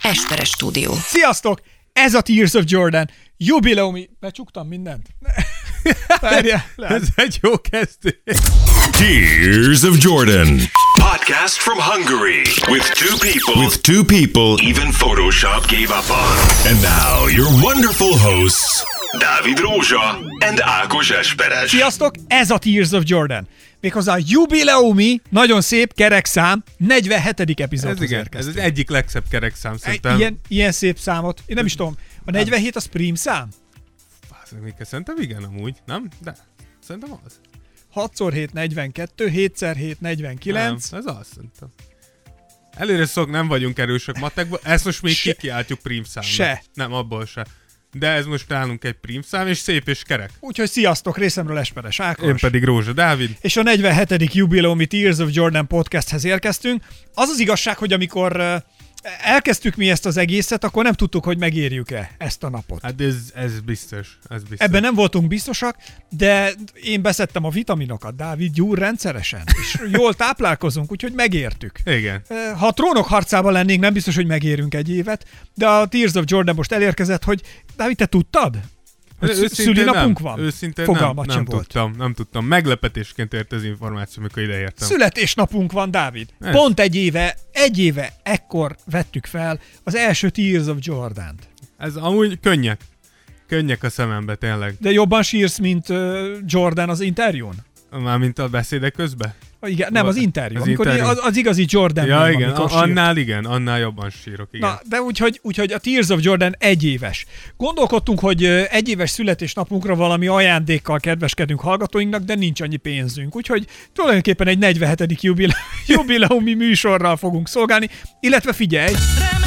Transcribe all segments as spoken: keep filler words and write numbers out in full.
Esperes Stúdió. Sziasztok! Ez a Tears of Jordan. Jubileumi... Becsuktam mindent? Várjál, ez egy jó kezdő. Tears of Jordan. Podcast from Hungary. With two people. With two people. Even Photoshop gave up on. And now your wonderful hosts, Dávid Rózsa and Ákos Esperes. Sziasztok! Ez a Tears of Jordan. Méghozzá a jubileumi, nagyon szép kerekszám, negyvenhetedik epizódhoz ez igen, érkeztünk. ez az egyik legszebb kerekszám szerintem. Ilyen, ilyen szép számot. Én nem is tudom. A negyvenhét az prim szám? Szerintem igen amúgy, nem? De szerintem az. hatszor hét negyvenkettő, hétszer hét negyvenkilenc. Nem, ez az szerintem. Előre szok, nem vagyunk erősök matekban, ezt most még kikiáltjuk prim számra. Se. Nem, abból se. De ez most nálunk egy prim szám, és szép és kerek. Úgyhogy sziasztok, részemről Esperes Ákos. Én pedig Rózsa Dávid. És a negyvenhetedik jubileumi Tears of Jordan podcasthez érkeztünk. Az az igazság, hogy amikor elkezdtük mi ezt az egészet, akkor nem tudtuk, hogy megérjük-e ezt a napot. Hát ez, ez biztos, ez biztos. Ebben nem voltunk biztosak, de én beszedtem a vitaminokat, Dávid, gyúr rendszeresen, és jól táplálkozunk, úgyhogy megértük. Igen. Ha a Trónok harcában lennénk, nem biztos, hogy megérünk egy évet, de a Tears of Jordan most elérkezett, hogy Dávid, te tudtad? Szülinapunk van? Őszintén Fogalmat nem, sem nem volt. tudtam, nem tudtam. Meglepetésként ért az információ, amikor ideértem. Születésnapunk van, Dávid. Ez. Pont egy éve, egy éve ekkor vettük fel az első Tears of Jordan-t. Ez amúgy könnyek. Könnyek a szemembe, tényleg. De jobban sírsz, mint uh, Jordan az interjún? Mármint a beszédek közben? Igen, nem, az interjú. Az, amikor interjú. Az, az igazi Jordan. Ja, van, igen, a, sírt. annál igen, annál jobban sírok, igen. Na, de úgyhogy, úgyhogy a Tears of Jordan egy éves. Gondolkodtunk, hogy egy éves születésnapunkra valami ajándékkal kedveskedünk hallgatóinknak, de nincs annyi pénzünk. Úgyhogy tulajdonképpen egy negyvenhetedik jubile- jubileumi műsorral fogunk szolgálni, illetve figyelj!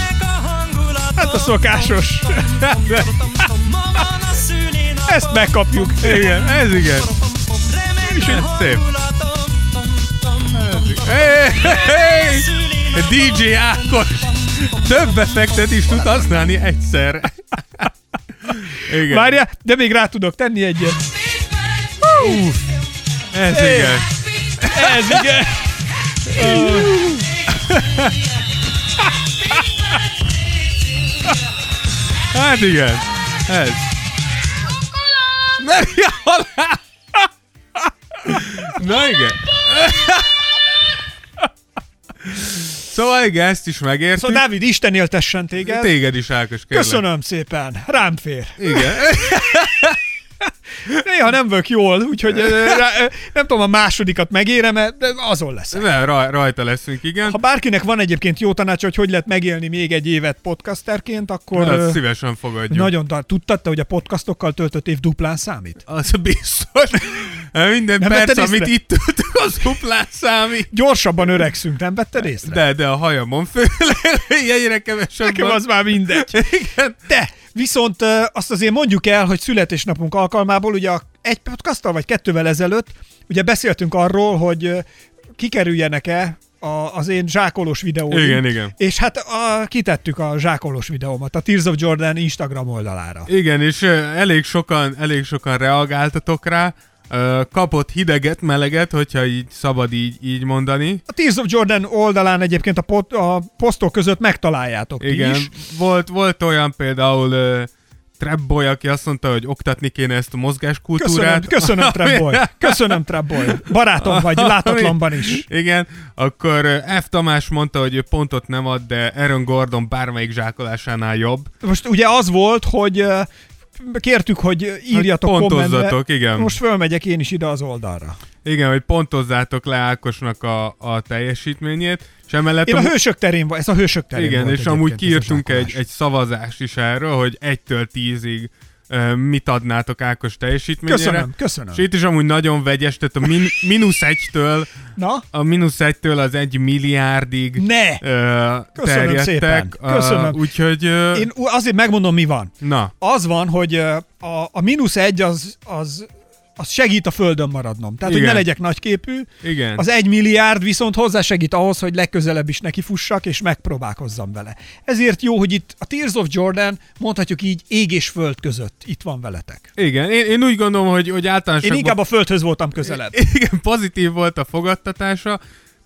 Hát a szokásos. Ezt megkapjuk. Igen, ez igen. Ez szép. Hey, hey, hey. dé dzsé Ákos több effektet is tud használni egyszerre. Igen. Várjál, de még rá tudok tenni egyet. Uff, ez hey. igen. Ez igen. Uh. Hát igen, ez. Nem halál. Na igen. Szóval igen, ezt is megértük. Szóval Dávid, Isten éltessen téged. Téged is, Ákos, kérlek. Köszönöm szépen, rám fér. Igen. Néha nem vök jól, úgyhogy nem tudom, a másodikat megérem, de azon lesz. Ne, raj, rajta leszünk, igen. Ha bárkinek van egyébként jó tanács, hogy hogy lehet megélni még egy évet podcasterként, akkor... Hát, szívesen fogadjuk. Nagyon, tudtad te, hogy a podcastokkal töltött év duplán számít? Az biztos. Minden nem perc, amit észre? itt töltök, az duplán számít. Gyorsabban öregszünk, nem vetted észre? De, de a hajamon főleg egyre kevesebb. Nekem az már mindegy. Igen. De, viszont azt azért mondjuk el, hogy születésnapunk alkalmából, ugye egy podcasttal vagy kettővel ezelőtt, ugye beszéltünk arról, hogy kikerüljenek-e a, az én zsákolós videóim. Igen, igen. És hát a, kitettük a zsákolós videómat a Tears of Jordan Instagram oldalára. Igen, és elég sokan, elég sokan reagáltatok rá. Kapott hideget, meleget, hogyha így szabad így, így mondani. A Tears of Jordan oldalán egyébként a, pot, a posztok között megtaláljátok. Igen, is. Volt, volt olyan például uh, Trapboy, aki azt mondta, hogy oktatni kéne ezt a mozgáskultúrát. Köszönöm, köszönöm Trapboy. Köszönöm Trapboy. Barátom vagy, látatlanban is. Igen, akkor uh, F. Tamás mondta, hogy ő pontot nem ad, de Aaron Gordon bármelyik zsákolásánál jobb. Most ugye az volt, hogy uh, kértük, hogy írjatok hogy kommentbe. Igen. Most fölmegyek én is ide az oldalra. Igen, hogy pontozzátok le Ákosnak a, a teljesítményét. És emellett én a amú... hősök terén, ez a hősök terén igen, volt. És amúgy kiírtunk egy, egy szavazást is erről, hogy egytől tízig uh, mit adnátok Ákos teljesítményére. Köszönöm, köszönöm. És itt is amúgy nagyon vegyes, tehát a min- mínusz egytől Na? a mínusz egytől az egy milliárdig ne. Uh, Köszönöm terjedtek. Szépen. Köszönöm. Uh, úgyhogy... Uh... Én azért megmondom, mi van. Na. Az van, hogy a, a mínusz egy az, az, az segít a földön maradnom. Tehát, igen. hogy ne legyek nagyképű. Igen. Az egy milliárd viszont hozzásegít ahhoz, hogy legközelebb is nekifussak, és megpróbálkozzam vele. Ezért jó, hogy itt a Tears of Jordan, mondhatjuk így, ég és föld között itt van veletek. Igen, én, én úgy gondolom, hogy, hogy általánosabban... Én inkább a földhöz voltam közelebb. Igen, pozitív volt a fogadtatása,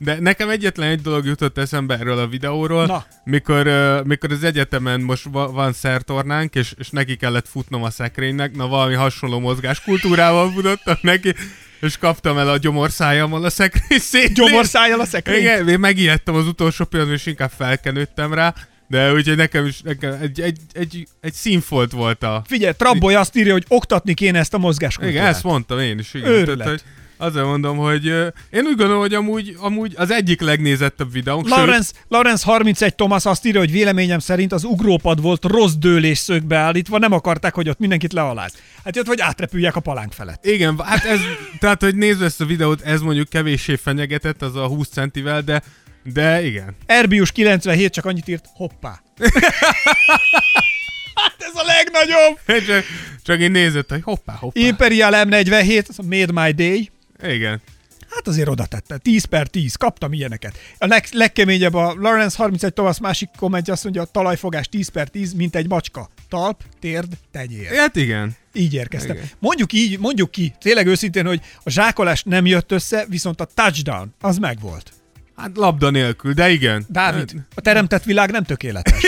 De nekem egyetlen egy dolog jutott eszembe erről a videóról, Na. mikor, uh, mikor az egyetemen most va- van szertornánk, és, és neki kellett futnom a szekrénynek, na valami hasonló mozgáskultúrával futottam neki, és kaptam el a gyomorszájammal a szekrény szét. Gyomorszájjal a szekrény. Igen, én megijedtem az utolsó pillanatban, és inkább felkenődtem rá, de úgyhogy nekem is nekem egy, egy, egy, egy színfolt volt a... Figyelj, Trabboly azt írja, hogy oktatni kéne ezt a mozgáskultúrát. Igen, ezt mondtam én is. Igen. Őrület. Tehát, hogy azért mondom, hogy uh, én úgy gondolom, hogy amúgy, amúgy az egyik legnézettebb videónk. Lawrence, Lawrence harmincegy Thomas azt írja, hogy véleményem szerint az ugrópad volt rossz dőlés szögbe állítva, nem akarták, hogy ott mindenkit lealáz. Hát jött, vagy átrepülják a palánk felett. Igen, hát ez, tehát, hogy nézve ezt a videót, ez mondjuk kevéssé fenyegetett, az a húsz centivel, de, de igen. Erbius kilencvenhét csak annyit írt, hoppá. Hát ez a legnagyobb! Csak, csak én nézett, hogy hoppá, hoppá. Imperial em negyvenhét, made my day. Igen. Hát azért oda tette. tíz per tíz. Kaptam ilyeneket. A leg, legkeményebb a Lawrence harmincegy Thomas másik kommentje azt mondja, a talajfogás tíz per tíz, mint egy macska. Talp, térd, tegyér. Hát igen. Így érkeztem. Igen. Mondjuk így, mondjuk ki, tényleg őszintén, hogy a zsákolás nem jött össze, viszont a touchdown, az megvolt. Hát labda nélkül, de igen. Dávid, a teremtett világ nem tökéletes.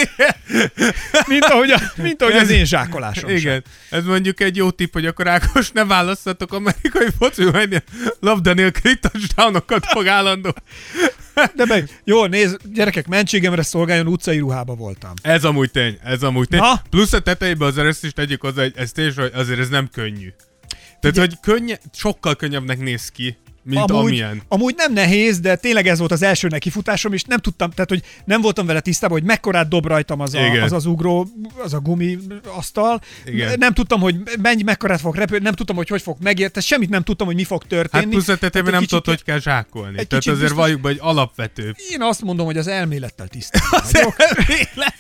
mint ahogy, a, mint ahogy az én zsákolásom Igen. Sem. Ez mondjuk egy jó tipp, hogy akkor Ákos, ne választatok amerikai foci, hogy labda nélküli touchdownokat fog állandó. De meg, jó, nézd, gyerekek, mentségemre szolgáljon, utcai ruhába voltam. Ez amúgy tény, ez amúgy tény. Na? Plusz a tetejében azért ezt is tegyük hozzá, hogy ez tényleg, hogy azért ez nem könnyű. Tehát, Ugye, hogy könnye, sokkal könnyebbnek néz ki, mint amúgy, amilyen. amúgy nem nehéz, de tényleg ez volt az első nekifutásom, és nem tudtam, tehát hogy nem voltam vele tisztában, hogy mekkorát dob rajtam az a, az, az ugró, az a gumi asztal. Igen. Nem tudtam, hogy mennyi, mekkorát fog repülni, nem tudtam, hogy hogy fog megérteni, semmit nem tudtam, hogy mi fog történni. Hát plusz a tetejében nem tudod, hogy kell zsákolni. Tehát azért biztos... valljuk be, hogy alapvető. Én azt mondom, hogy az elmélettel tisztában az elmélet?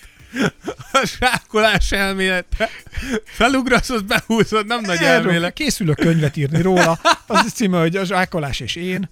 A zsákolás elmélete. Felugrasz, azt behúzod, nem nagy elmélet. Készülök könyvet írni róla. Az a címe, hogy a zsákolás és én.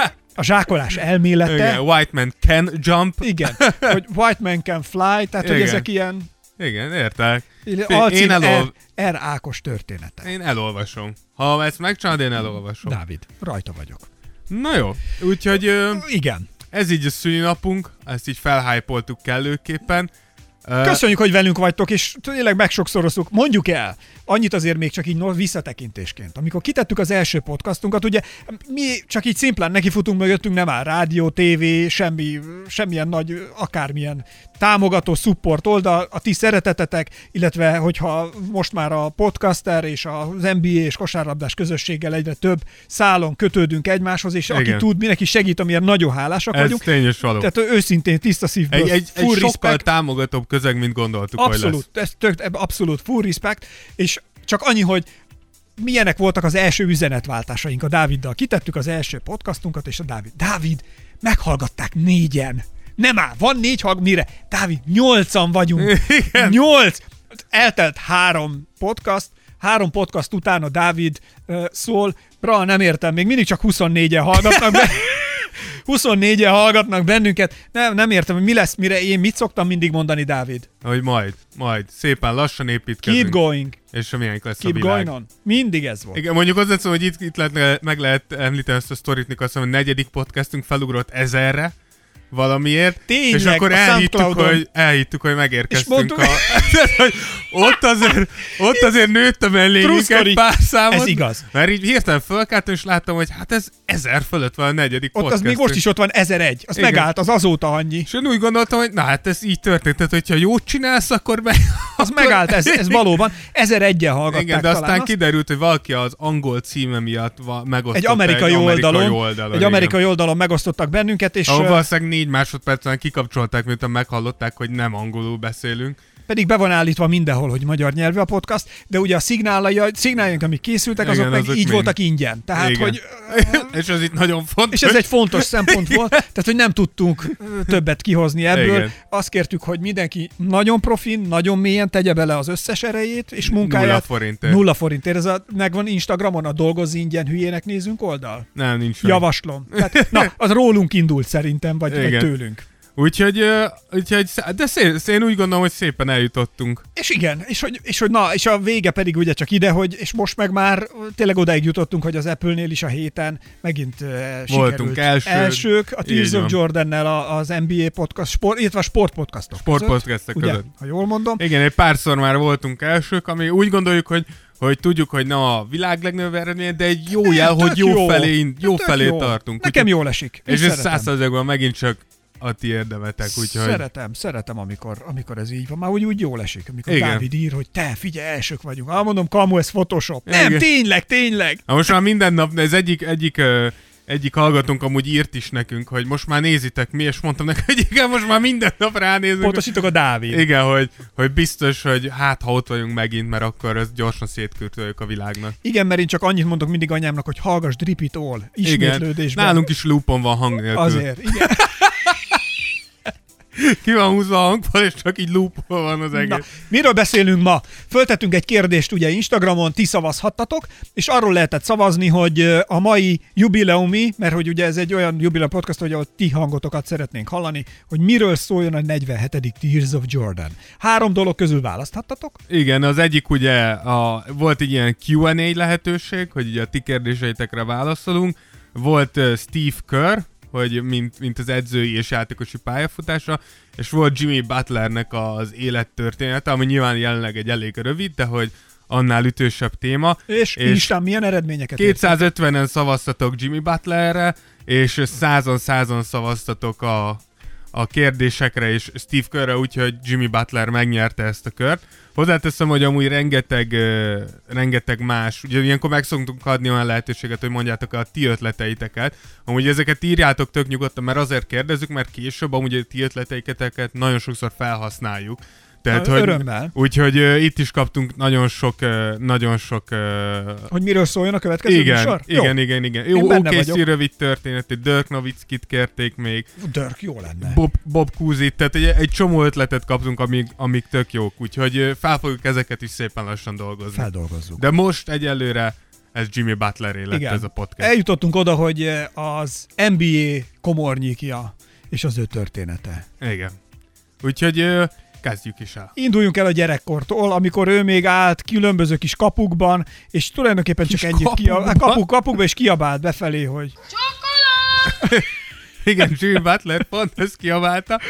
A zsákolás elmélete. Igen, white man can jump. Igen, hogy white man can fly, tehát igen. Hogy ezek ilyen... Igen, értek. Én elol... R. R. Ákos története. Én elolvasom. Ha ezt megcsinálod, én elolvasom. Dávid, rajta vagyok. Na jó, úgyhogy... Ö, igen. Ez így a szülinapunk, ezt így felhypoltuk kellőképpen. Köszönjük, hogy velünk vagytok, és tényleg megsokszorozzuk. Mondjuk el, annyit azért még csak így visszatekintésként. Amikor kitettük az első podcastunkat, ugye mi csak így szimplán nekifutunk, mögöttünk nem áll rádió, tévé, semmi, semmilyen nagy, akármilyen támogató, support oldal, a ti szeretetetek, illetve hogyha most már a podcaster és az en bé á és kosárlabdás közösséggel egyre több szálon kötődünk egymáshoz, és igen. Aki tud, mindenki segít, amiért nagyon hálásak ez vagyunk. Ez tényes való. Tehát őszintén, tiszta szívből, egy, egy, full egy sokkal respect. támogatóbb közeg, mint gondoltuk, abszolút, hogy lesz. Ez tök, abszolút full respect, és csak annyi, hogy milyenek voltak az első üzenetváltásaink a Dáviddal. Kitettük az első podcastunkat, és a Dávid, Dávid, meghallgatták négyen. Nem áll, van négy hallg, mire? Dávid, nyolcan vagyunk. Igen. Nyolc! Eltelt három podcast, három podcast után a Dávid uh, szól, bra, nem értem, még mindig csak huszonnégyen hallgatnak be. huszonnégyen hallgatnak bennünket. Nem, nem értem, hogy mi lesz, mire én mit szoktam mindig mondani, Dávid. Hogy majd, majd. Szépen lassan építkezünk. Keep going. És milyen lesz Keep a világ. going on. Mindig ez volt. Igen, mondjuk hozzá szó, hogy itt, itt lehet, meg lehet említeni ezt a sztorit, mikor azt mondom, hogy negyedik podcastunk felugrott ezerre valamiért, tényleg, és akkor elhittük hogy, elhittük, hogy megérkeztünk. A, hogy ott, azért, ott azért nőtt a mellénünk egy pár számot. Ez igaz. Mert így hirtelen fölkáltam, és láttam, hogy hát ez ezer fölött van a negyedik ott podcast. Az még most is ott van ezer-egy. Az igen. Megállt, az azóta annyi. És én úgy gondoltam, hogy na hát ez így történt, tehát hogyha jót csinálsz, akkor meg... Az akkor... megállt, ez, ez valóban. ezer-egyen hallgatták. Igen, de aztán azt. kiderült, hogy valaki az angol címe miatt megosztotta egy amerikai, egy oldalon, amerikai oldalon. Egy amerikai oldalon megosztottak bennünket, és... Ahol valószínűleg négy másodpercen kikapcsolták, miután meghallották, hogy nem angolul beszélünk. Pedig be van állítva mindenhol, hogy magyar nyelvű a podcast, de ugye a szignáljaink, amik készültek, azok igen, meg azok így mind. Voltak ingyen. Tehát, igen. Hogy, és ez itt nagyon fontos. És ez egy fontos szempont volt, tehát, hogy nem tudtunk többet kihozni ebből. Igen. Azt kértük, hogy mindenki nagyon profin, nagyon mélyen tegye bele az összes erejét és munkáját. Nulla forintért. Nulla forintért. Ez a, megvan Instagramon a Dolgozz ingyen hülyének nézünk oldal? Nem, nincs. Javaslom. Tehát, na, az rólunk indult szerintem, vagy, vagy tőlünk. Úgyhogy, úgyhogy de szé, én úgy gondolom, hogy szépen eljutottunk. És igen, és hogy, és hogy na, és a vége pedig ugye csak ide, hogy és most meg már tényleg odáig jutottunk, hogy az Apple-nél is a héten megint uh, voltunk elsők. elsők. A Tears of Jordannel az en bé á podcast, sport, illetve a sportpodcastok Sportpodcastok között. között. Ha jól mondom. Igen, egy párszor már voltunk elsők, ami úgy gondoljuk, hogy hogy tudjuk, hogy nem a világ legnagyobb eredménye, de egy jó jel, hogy jó, jó felé, jó felé jó. tartunk. Nekem jól esik. És ez száz százalékban megint csak a ti érdemetek, úgyhogy... Szeretem, szeretem, amikor, amikor ez így van. Már úgy, úgy jól esik, amikor igen. Dávid ír, hogy te, figyelj, elsők vagyunk. Ah, mondom, kamu, ez Photoshop. Igen. Nem, tényleg, tényleg. Na most már minden nap, ez egyik, egyik, uh, egyik hallgatónk amúgy írt is nekünk, hogy most már nézitek mi, és mondtam neki, hogy igen, most már minden nap ránézünk. Pontosítok a Dávid. Igen, hogy, hogy biztos, hogy hát ha ott vagyunk megint, mert akkor ez gyorsan szétkürtöljük a világnak. Igen, mert én csak annyit mondok mindig anyámnak, hogy hallgass Drip It All, ismétlődésben. Igen, nálunk is loopon van hang nélkül. Azért, igen. Ki van húzva a hangfal, és csak így loopol van az egész. Na, miről beszélünk ma? Föltettünk egy kérdést ugye Instagramon, ti szavazhattatok, és arról lehetett szavazni, hogy a mai jubileumi, mert hogy ugye ez egy olyan jubileum podcast, hogy ahol ti hangotokat szeretnénk hallani, hogy miről szóljon a negyvenhetedik Tears of Jordan. Három dolog közül választhattatok? Igen, az egyik ugye a, volt egy ilyen Q and A lehetőség, hogy ugye a ti kérdéseitekre válaszolunk. Volt uh, Steve Kerr, hogy mint, mint az edzői és játékosi pályafutása, és volt Jimmy Butlernek az élettörténete, ami nyilván jelenleg egy elég rövid, de hogy annál ütősebb téma. És, és Isten, milyen eredményeket kétszázötvenen szavaztatok Jimmy Butlerre, és százan százan szavaztatok a, a kérdésekre, és Steve Kerrre, úgyhogy Jimmy Butler megnyerte ezt a kört. Hozzáteszem, hogy amúgy rengeteg, uh, rengeteg más, ugye ilyenkor meg szoktunk adni olyan lehetőséget, hogy mondjátok el a ti ötleteiteket. Amúgy ezeket írjátok tök nyugodtan, mert azért kérdezzük, mert később amúgy a ti ötleteiteket nagyon sokszor felhasználjuk. Tehát, Na, hogy, örömmel. Úgyhogy uh, itt is kaptunk nagyon sok, uh, nagyon sok... Uh, hogy miről szóljon a következő igen, műsor? Igen, jó. igen, igen. Jó, ó ká cé rövid történet, Dirk Nowitzkit kérték még. Dirk jó lenne. Bob, Bob Cousy, tehát egy, egy csomó ötletet kaptunk, amíg, amíg tök jók, úgyhogy fel fogjuk ezeket is szépen lassan dolgozni. Feldolgozzuk. De most egyelőre ez Jimmy Butleré lett igen. ez a podcast. Eljutottunk oda, hogy az en bé á komornyikja és az ő története. Igen. Úgyhogy... kezdjük is el. Induljunk el a gyerekkortól, amikor ő még állt különböző kis kapukban, és tulajdonképpen kis csak ennyit kiabált, kapuk, kapukba, és kiabált befelé, hogy csokolát! Igen, Jimmy Butler pont ezt kiabálta.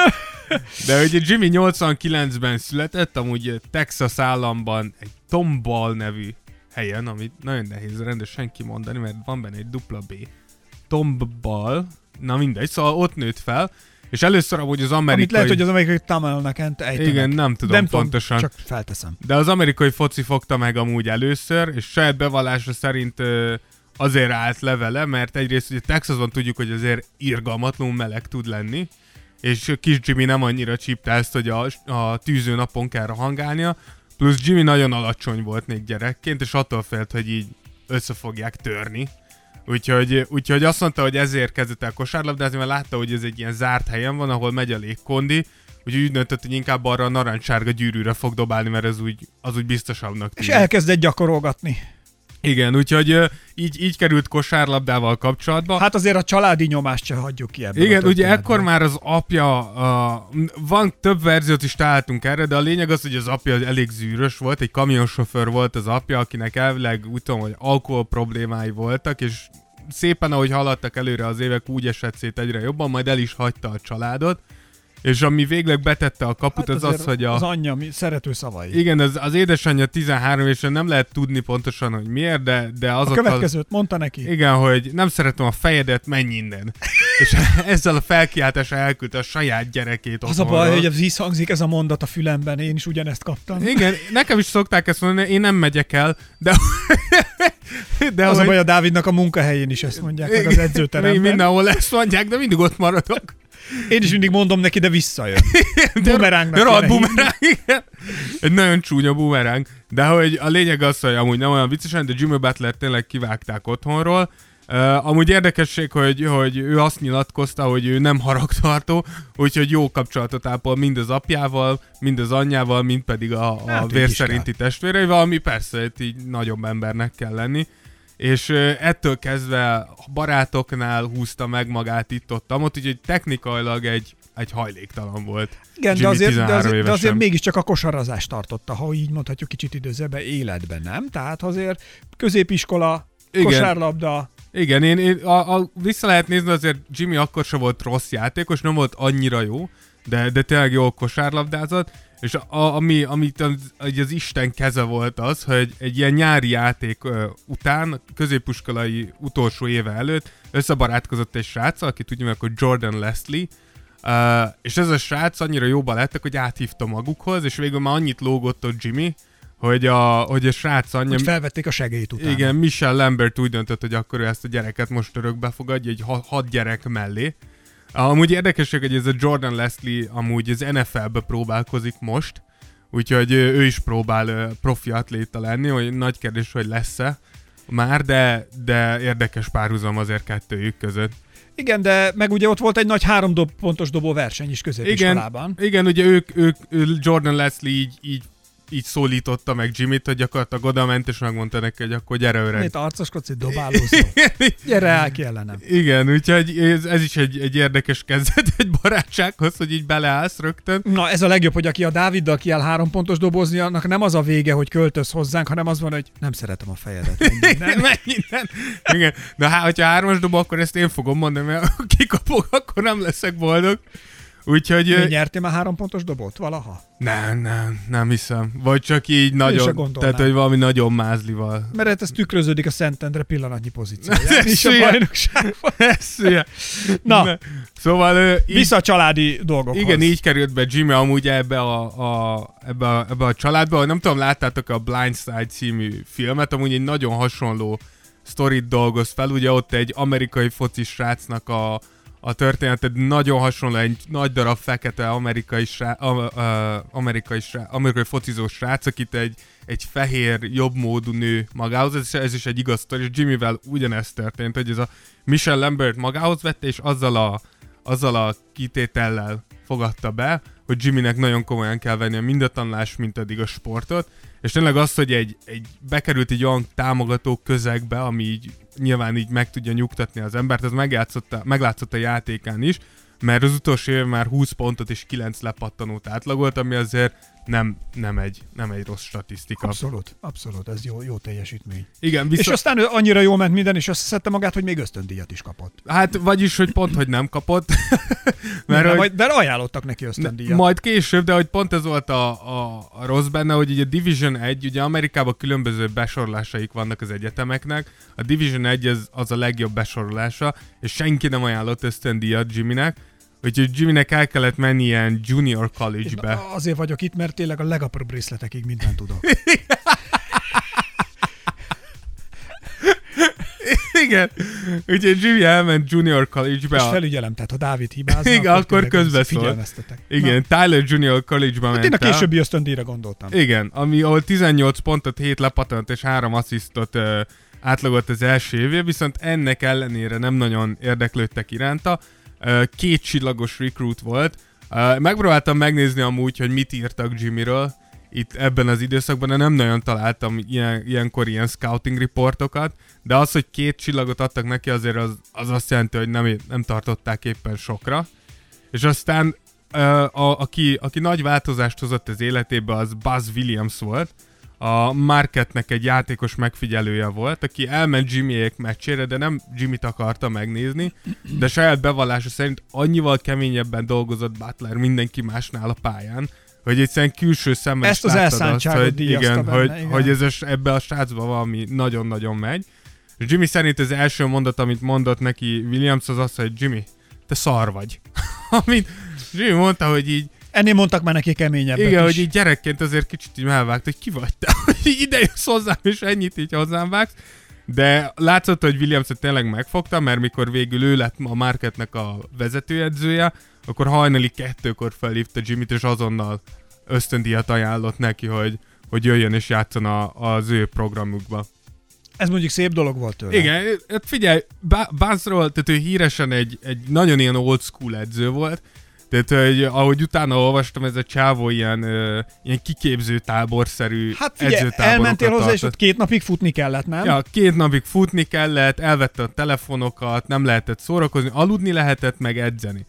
De ugye Jimmy nyolcvankilencben született, amúgy Texas államban egy Tomball nevű helyen, amit nagyon nehéz rendesen kimondani, mert van benne egy dupla B. Tomball, na mindegy, szóval ott nőtt fel, és először amúgy az amerikai... Amit lehet, hogy az amerikai Tamalnak ejtenek. Igen, nem tudom nem pontosan. Tudom, csak felteszem. De az amerikai foci fogta meg amúgy először, és saját bevallása szerint ö, azért állt le vele, mert egyrészt ugye Texasban tudjuk, hogy azért irgalmatlanul meleg tud lenni, és kis Jimmy nem annyira csípte ezt, hogy a, a tűző napon kell rohangálnia, plusz Jimmy nagyon alacsony volt még gyerekként, és attól félt, hogy így össze fogják törni. Úgyhogy, úgyhogy azt mondta, hogy ezért kezdett el kosárlabdázni, mert látta, hogy ez egy ilyen zárt helyen van, ahol megy a légkondi, úgyhogy úgy döntött, hogy inkább arra a narancssárga gyűrűre fog dobálni, mert ez úgy, az úgy biztosabbnak tűnik. És elkezdett gyakorolgatni. Igen, úgyhogy így, így került kosárlabdával kapcsolatba. Hát azért a családi nyomást se hagyjuk ki ebből. Igen, ugye ekkor már az apja, a, van több verziót is találtunk erre, de a lényeg az, hogy az apja elég zűrös volt, egy kamionsofőr volt az apja, akinek elvileg úgy tudom, hogy alkohol problémái voltak, és szépen ahogy haladtak előre az évek, úgy esett szét egyre jobban, majd el is hagyta a családot. És ami végleg betette a kaput, hát az az, hogy a... Az anyja szerető szavai. Igen, az, az édesanyja tizenhárom évesen, nem lehet tudni pontosan, hogy miért, de, de az a következőt mondta neki. Igen, hogy nem szeretem a fejedet, menj innen. És ezzel a felkiáltással elküldte a saját gyerekét otthonról. Az a baj, hogy az így hangzik ez a mondat a fülemben, én is ugyanezt kaptam. Igen, nekem is szokták ezt mondani, én nem megyek el, de... de az hogy... a baj, a Dávidnak a munkahelyén is ezt mondják, meg az edzőteremben. Mindenhol ezt mondják, de mindig ott maradok. Én is mindig mondom neki, de visszajön. Bumerángnak. Rad bumeráng, igen. Egy nagyon csúnya bumeráng. De hogy a lényeg az, hogy amúgy nem olyan viccesen, de Jimmy Butler tényleg kivágták otthonról. Uh, amúgy érdekesség, hogy, hogy ő azt nyilatkozta, hogy ő nem haragtartó, úgyhogy jó kapcsolatot ápol mind az apjával, mind az anyjával, mind pedig a, a hát, vérszerinti testvéreivel, ami persze így nagyobb embernek kell lenni. És uh, ettől kezdve a barátoknál húzta meg magát itt-ott, ott, úgyhogy technikailag egy egy hajléktalan volt. Igen, de Jimmy azért, de, azért, de azért évesen. mégiscsak a kosarazást tartotta, ha így mondhatjuk kicsit időzőben életben, nem? Tehát azért középiskola, Igen. kosárlabda. Igen, én, én a, a, vissza lehet nézni, azért Jimmy akkor sem volt rossz játékos, nem volt annyira jó, de, de tényleg jól kosárlabdázott, és a, ami, amit az, az Isten keze volt az, hogy egy ilyen nyári játék uh, után, középiskolai utolsó éve előtt összebarátkozott egy srác, akit úgy hívják, hogy Jordan Leslie, uh, és ez a srác annyira jóba lettek, hogy áthívta magukhoz, és végül már annyit lógott ott Jimmy, hogy a, hogy a srác anyja... Hogy felvették a segélyt utána. Igen, Michelle Lambert úgy döntött, hogy akkor ő ezt a gyereket most örökbe fogadja, egy hat, hat gyerek mellé. Amúgy érdekesek, hogy ez a Jordan Leslie amúgy az en ef el-be próbálkozik most, úgyhogy ő is próbál profi atléta lenni, hogy nagy kérdés, hogy lesz-e már, de, de érdekes párhuzam azért kettőjük között. Igen, de meg ugye ott volt egy nagy három dob, pontos dobó verseny is középiskolában. Igen, igen, ugye ők, ők, Jordan Leslie így, így így szólította meg Jimmyt, hogy gyakorlatilag oda ment, és megmondta neki, hogy akkor gyere öreg. Mit arcoskodsz, itt dobálózó. Gyere el ki ellenem. Igen, úgyhogy ez, ez is egy, egy érdekes kezdet egy barátsághoz, hogy így beleállsz rögtön. Na, ez a legjobb, hogy aki a Dáviddal kiáll három pontos dobozni, annak nem az a vége, hogy költöz hozzánk, hanem az van, hogy nem szeretem a fejedet. Nem, nem. Igen. Na, hát, hogyha hármas dobo, akkor ezt én fogom mondani, mert ha kikapok, akkor nem leszek boldog. Úgyhogy... Mi nyertél már három pontos dobot valaha? Nem, nem, nem hiszem. Vagy csak így nagyon, tehát hogy valami nagyon mázlival. Mert ez tükröződik a Szentendre pillanatnyi pozícióján is a bajnokságban. Na, ne. Szóval... Így, vissza a családi dolgokhoz. Igen, így került be Jimmy amúgy ebbe a, a, ebbe, a, ebbe a családba. Nem tudom, láttátok a Blind Side című filmet, amúgy egy nagyon hasonló sztorit dolgoz fel. Ugye ott egy amerikai focis srácnak a A történeted nagyon hasonló, egy nagy darab fekete amerikai, srá, a, a, amerikai, srá, amerikai focizó srác, akit egy, egy fehér, jobbmódú nő magához, ez, ez is egy igaz sztori, és Jimmyvel ugyanezt történt, hogy ez a Michelle Lambert magához vette, és azzal a, azzal a kitétellel fogadta be, hogy Jimmynek nagyon komolyan kell venni a mind a tanulást, mint eddig a sportot, és tényleg az, hogy egy, egy bekerült egy olyan támogató közegbe, ami így nyilván így meg tudja nyugtatni az embert, ez meglátszott a játékán is, mert az utolsó év már húsz pontot és kilenc lepattanót átlagolt, ami azért nem, nem, egy, nem egy rossz statisztika. Abszolút, abszolút, ez jó, jó teljesítmény. Igen, viszont... És aztán ő annyira jól ment minden, és összeszedte magát, hogy még ösztöndíjat is kapott. Hát, vagyis, hogy pont, hogy nem kapott. mert nem, hogy... De ajánlottak neki ösztöndíjat. Majd később, de hogy pont ez volt a, a, a rossz benne, hogy ugye a Division egy, ugye Amerikában különböző besorolásaik vannak az egyetemeknek, a Division egy az, az a legjobb besorolása, és senki nem ajánlott ösztöndíjat Jimmynek, úgyhogy Jimmynek el kellett menni ilyen junior college-be. Azért vagyok itt, mert tényleg a legapróbb részletekig mindent tudok. Igen. Úgyhogy Jimmy elment junior college-be. És felügyelem, tehát ha Dávid hibázna, igen, akkor, akkor közbeszól. Igen, Na. Tyler Junior College-ba ment. Én a későbbi ösztöndíjra gondoltam. Igen, ami ahol tizennyolc pontot, hét lepatant és három asszisztot uh, átlagolt az első évje, viszont ennek ellenére nem nagyon érdeklődtek iránta. Uh, két csillagos recruit volt. Uh, megpróbáltam megnézni amúgy, hogy mit írtak Jimmyről itt ebben az időszakban, de nem nagyon találtam ilyen, ilyenkor ilyen scouting riportokat, de az, hogy két csillagot adtak neki, azért az, az azt jelenti, hogy nem, nem tartották éppen sokra. És aztán uh, a, aki, aki nagy változást hozott az életébe, az Buzz Williams volt. A Marquette-nek egy játékos megfigyelője volt, aki elment Jimmyék meccsére, de nem Jimmyt akarta megnézni, de saját bevallása szerint annyival keményebben dolgozott Butler mindenki másnál a pályán, hogy egyszerűen külső szemmel ezt az elszántságot díjazta benne, hogy, igen. hogy ez a, ebbe a srácba valami nagyon-nagyon megy. És Jimmy szerint az első mondat, amit mondott neki Williams, az az, hogy Jimmy, te szar vagy. Amit Jimmy mondta, hogy így ennél mondtak már neki keményebbet igen, is. hogy így gyerekként azért kicsit így elvágt, hogy ki vagy te, hogy ide jössz hozzám, és ennyit így hozzám vágsz. De látszott, hogy Williams-et tényleg megfogta, mert mikor végül ő lett a Marquette-nek a vezetőedzője, akkor hajnali kettőkor felhívta Jimmyt, és azonnal ösztöndíjat ajánlott neki, hogy, hogy jöjjön és játszon a, az ő programukba. Ez mondjuk szép dolog volt tőle. Igen, hát figyelj, Buzzról, tehát ő híresen egy, egy nagyon ilyen old school edző volt, tehát, hogy ahogy utána olvastam, ez a csávó ilyen, ö, ilyen kiképző táborszerű hát figyelj, edzőtáborokat elmentél hozzá, tartott. és ott két napig futni kellett, nem? Ja, két napig futni kellett, elvette a telefonokat, nem lehetett szórakozni, aludni lehetett, meg edzeni.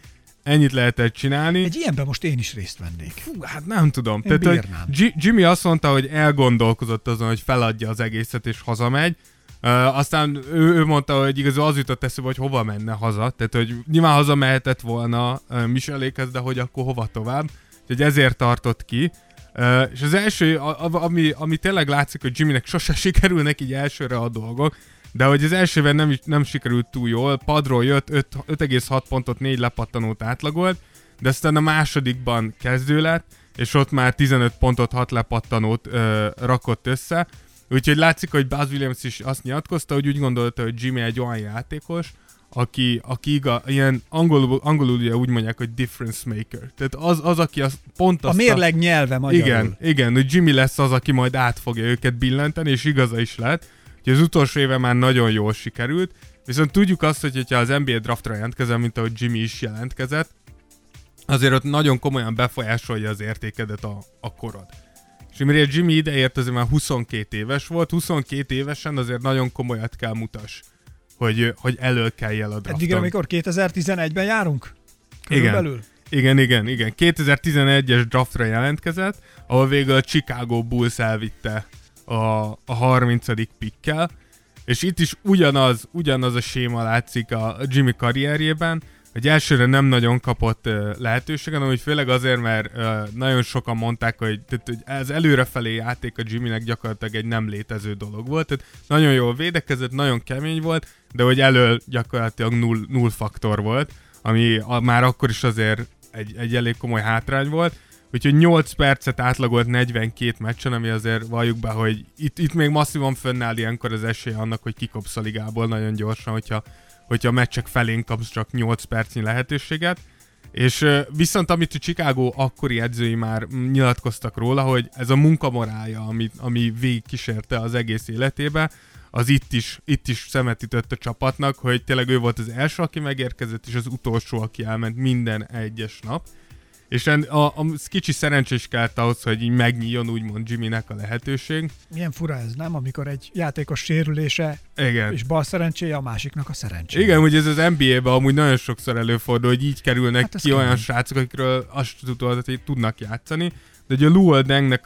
ennyit lehetett csinálni. Egy ilyenben most én is részt vennék. Fú, hát nem tudom. Én Tehát, hogy G- Jimmy azt mondta, hogy elgondolkozott azon, hogy feladja az egészet és hazamegy. Uh, aztán ő, ő mondta, hogy igazából az jutott eszébe, hogy hova menne haza. Tehát, hogy nyilván hazamehetett volna uh, Michelékhez, de hogy akkor hova tovább. Úgyhogy ezért tartott ki. Uh, és az első, a, a, ami, ami tényleg látszik, hogy Jimmynek sose sikerülnek így elsőre a dolgok, de hogy az elsőben nem, nem sikerült túl jól, padról jött, öt egész hat pontot, négy lepattanót átlagolt, de aztán a másodikban kezdő lett, és ott már tizenöt pontot, hat lepattanót ö, rakott össze. Úgyhogy látszik, hogy Buzz Williams is azt nyilatkozta, hogy úgy gondolta, hogy Jimmy egy olyan játékos, aki, aki iga, ilyen angolul, angolul ugye úgy mondják, hogy difference maker. Tehát az, az aki az pont azt a mérleg nyelve magyarul. Igen, igen, hogy Jimmy lesz az, aki majd át fogja őket billenteni, és igaza is lett. Úgyhogy az utolsó éve már nagyon jól sikerült. Viszont tudjuk azt, hogy hogyha az en bé á draftra jelentkezel, mint ahogy Jimmy is jelentkezett, azért ott nagyon komolyan befolyásolja az értékedet a, a korod. És mire Jimmy ideért, azért már huszonkét éves volt, huszonkét évesen azért nagyon komolyat kell mutass, hogy, hogy elől kelljél a drafton. Eddig, amikor kétezer-tizenegyben járunk? Körülbelül? Igen, igen, igen, igen. kétezer-tizenegyes draftra jelentkezett, ahol végül a Chicago Bulls elvitte a, a harmincadik pickkel, és itt is ugyanaz, ugyanaz a séma látszik a Jimmy karrierjében, hogy elsőre nem nagyon kapott uh, lehetőséget, hogy főleg azért, mert uh, nagyon sokan mondták, hogy, tehát, hogy ez előrefelé játék a Jimmynek gyakorlatilag egy nem létező dolog volt, tehát nagyon jól védekezett, nagyon kemény volt, de hogy elől gyakorlatilag null, null faktor volt, ami a, már akkor is azért egy, egy elég komoly hátrány volt, úgyhogy nyolc percet átlagolt negyvenkét meccsen, ami azért valljuk be, hogy itt, itt még masszívan fönnáll ilyenkor az esély annak, hogy kikopsz a ligából nagyon gyorsan, hogyha hogyha a meccsek felén kapsz csak nyolc percnyi lehetőséget. És uh, viszont amit a Chicago akkori edzői már nyilatkoztak róla, hogy ez a munkamorálja, ami, ami végigkísérte az egész életébe, az itt is, itt is szemet ütött a csapatnak, hogy tényleg ő volt az első, aki megérkezett, és az utolsó, aki elment minden egyes nap. És a, a kicsi szerencsés kellett ahhoz, hogy így megnyíljon úgymond Jimmynek a lehetőség. Milyen fura ez, nem? Amikor egy játékos sérülése igen. és bal szerencséje, a másiknak a szerencséje. Igen, hogy ez az en bé á-ben amúgy nagyon sokszor előfordul, hogy így kerülnek hát ki olyan srácok, akikről azt tudod, hogy tudnak játszani. De ugye a Luol Dengnek a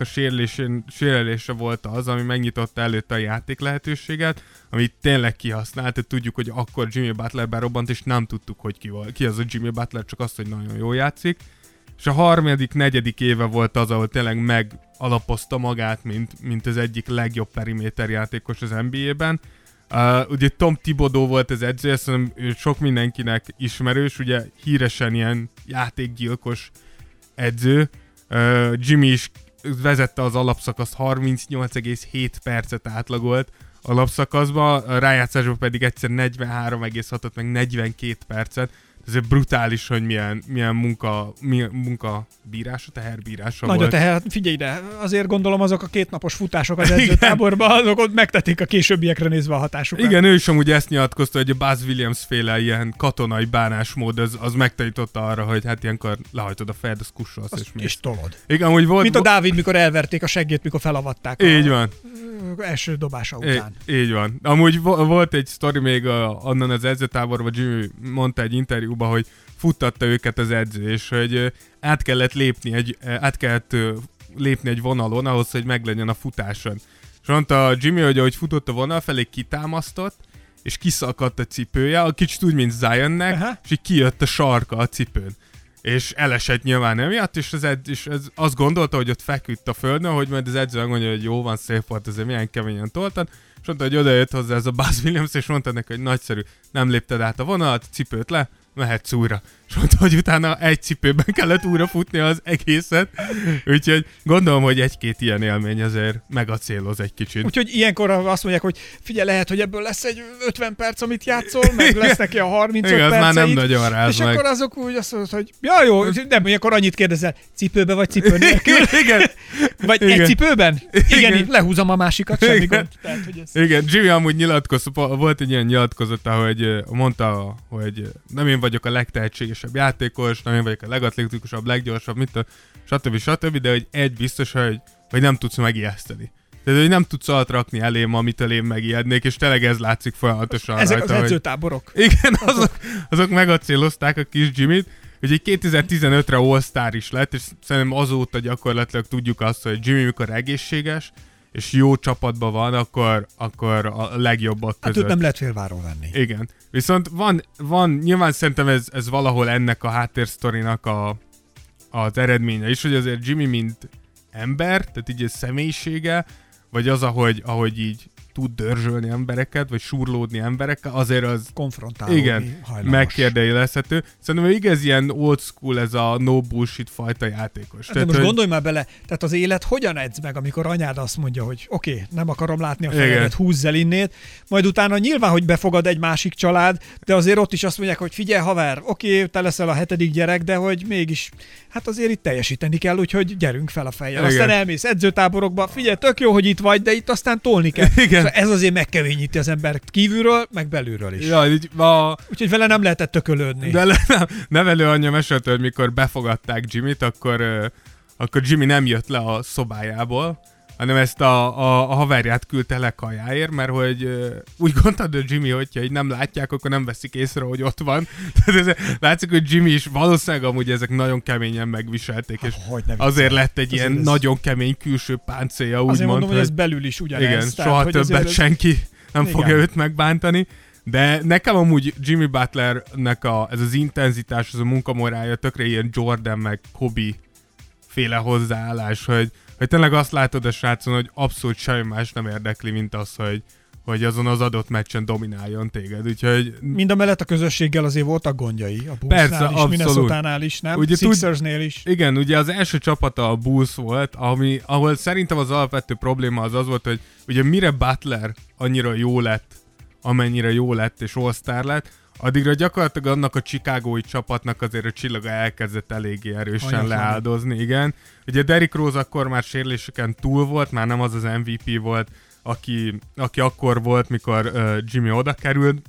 sérülése volt az, ami megnyitotta előtte a játék lehetőséget, amit tényleg kihasznált, tehát tudjuk, hogy akkor Jimmy Butler berobbant, és nem tudtuk, hogy ki, ki az a Jimmy Butler, csak azt, hogy nagyon jól játszik. És a harmadik, negyedik éve volt az, ahol tényleg megalapozta magát, mint, mint az egyik legjobb periméter játékos az en bé á-ben. Uh, ugye Tom Thibodeau volt az edző, azt mondom, sok mindenkinek ismerős, ugye híresen ilyen játékgyilkos edző. Uh, Jimmy is vezette az alapszakaszt, harmincnyolc egész hét percet átlagolt alapszakaszba, a rájátszásban pedig egyszer negyvenhárom egész hatot, meg negyvenkét percet. Ez brutális, hogy milyen, milyen munka, milyen munka bírása, teherbírása Nagy volt. a teher, figyelj ide, azért gondolom azok a kétnapos futások az edzőtáborban, azok ott megtették a későbbiekre nézve a hatásukat. Igen, ő is amúgy ezt nyilatkozta, hogy a Buzz Williams féle ilyen katonai bánásmód, az, az megtanította arra, hogy hát ilyenkor lehajtod a fejed, az kussolsz és mész. És tolod. Igen, amúgy volt, mint a Dávid, mikor elverték a seggét, mikor felavatták. Így a van. Első dobása után. É, így van. Amúgy volt egy sztori még a, onnan az edzőtáborban, Jimmy mondta egy interjúban, hogy futtatta őket az edző, és hogy át kellett lépni egy, át kellett lépni egy vonalon ahhoz, hogy meglegyen a futáson. És mondta Jimmy, hogy ahogy futott a vonal felé, kitámasztott, és kiszakadt a cipője, a kicsit úgy, mint Zionnek, uh-huh. és így kijött a sarka a cipőn. És elesett nyilván emiatt, és, az ed- és ez azt gondolta, hogy ott feküdt a földön, hogy majd az edző mondja, hogy jó van, szép volt, azért milyen keményen toltad, és mondta, hogy odajött hozzá ez a Buzz Williams, és mondta neki, hogy nagyszerű, nem lépted át a vonalat, cipőt le, mehetsz újra. És mondta, hogy utána egy cipőben kellett újra futni az egészet. Úgyhogy gondolom, hogy egy-két ilyen élmény azért megacéloz egy kicsit. Úgyhogy ilyenkor azt mondják, hogy figyelj, lehet, hogy ebből lesz egy ötven perc, amit játszol, meg lesz neki a harmincöt igen, perceid. már nem nagyon ráz és meg. akkor azok úgy azt mondod, hogy ja jó, nem, akkor annyit kérdezel, cipőbe vagy cipő nélkül? Igen. Vagy igen. egy cipőben? Igen, Igen. lehúzom a másikat, semmi Igen. gond. Tehát, hogy ez... Igen, Jimmy amúgy nyilatkozott, volt egy ilyen nyilatkozata, hogy mondta, hogy nem én vagyok a legtehetségesebb játékos, nem én vagyok a legatletikusabb, leggyorsabb, mit a, stb. stb. De hogy egy biztos, hogy, hogy nem tudsz megijeszteni. Tehát, hogy nem tudsz alatt rakni elém, amitől én megijednék, és tényleg ez látszik folyamatosan Ezek rajta, az hogy... edzőtáborok. Igen, azok, azok megacélozták a kis Jimmyt, ugye kétezer-tizenötre All-Star is lett, és szerintem azóta gyakorlatilag tudjuk azt, hogy Jimmy mikor egészséges, és jó csapatban van, akkor, akkor a legjobbak között. Hát őt nem lehet félváról venni. Igen. Viszont van, van nyilván szerintem ez, ez valahol ennek a háttérsztorinak a, az eredménye is, hogy azért Jimmy mint ember, tehát így a személyisége, vagy az, ahogy, ahogy így tud dörzsölni embereket, vagy surlódni emberekkel, azért az konfrontálódni igen, hajlamos. Megkérdőjelezhető. Szerintem igaz ilyen old school ez a no bullshit fajta játékos. De tehát, most hogy... gondolj már bele, tehát az élet hogyan edz meg, amikor anyád azt mondja, hogy oké, okay, nem akarom látni a fejedet, húzz el innét, majd utána nyilván, hogy befogad egy másik család, de azért ott is azt mondják, hogy figyelj haver, oké, okay, te leszel a hetedik gyerek, de hogy mégis, hát azért itt teljesíteni kell, úgyhogy gyerünk fel a fejjel. Igen. Aztán elmész edzőtáborokba, figyelj, tök jó, hogy itt vagy, de itt aztán tolni kell. Igen. Szóval ez azért megkeményíti az ember kívülről, meg belülről is. Ja, így, a... Úgyhogy vele nem lehetett tökölődni. De le, nem, nevelőanyja mesélte, hogy mikor befogadták Jimmyt, akkor, uh, akkor Jimmy nem jött le a szobájából, hanem ezt a, a, a haverját küldte le kajáért, mert hogy uh, úgy gondolta Jimmy, hogyha így nem látják, akkor nem veszik észre, hogy ott van. Tehát ez, látszik, hogy Jimmy is valószínűleg amúgy ezek nagyon keményen megviselték, és azért lett egy ilyen ez nagyon kemény külső páncélja, úgymond. Azért mondom, hogy ez belül is ugyanez. Igen, tehát, soha többet ez... senki nem igen. fogja őt megbántani. De nekem amúgy Jimmy Butlernek a, ez az intenzitás, az a munkamorája tökre ilyen Jordan meg Kobe féle hozzáállás, hogy, hogy tényleg azt látod a srácon, hogy abszolút semmi más nem érdekli, mint az, hogy, hogy azon az adott meccsen domináljon téged. Úgyhogy... Mind a mellett a közösséggel azért voltak gondjai. A Bullsnál is, Minnesotánál is, nem? Ugye, Sixersnél is. Igen, ugye az első csapata a Bulls volt, ami, ahol szerintem az alapvető probléma az az volt, hogy ugye mire Butler annyira jó lett, amennyire jó lett és All-Star lett, addigra gyakorlatilag annak a chicagói csapatnak azért a csillaga elkezdett eléggé erősen Anyag leáldozni, van. Igen. Ugye Derrick Rose akkor már sérüléseken túl volt, már nem az az em vé pé volt, aki, aki akkor volt, mikor uh, Jimmy oda került.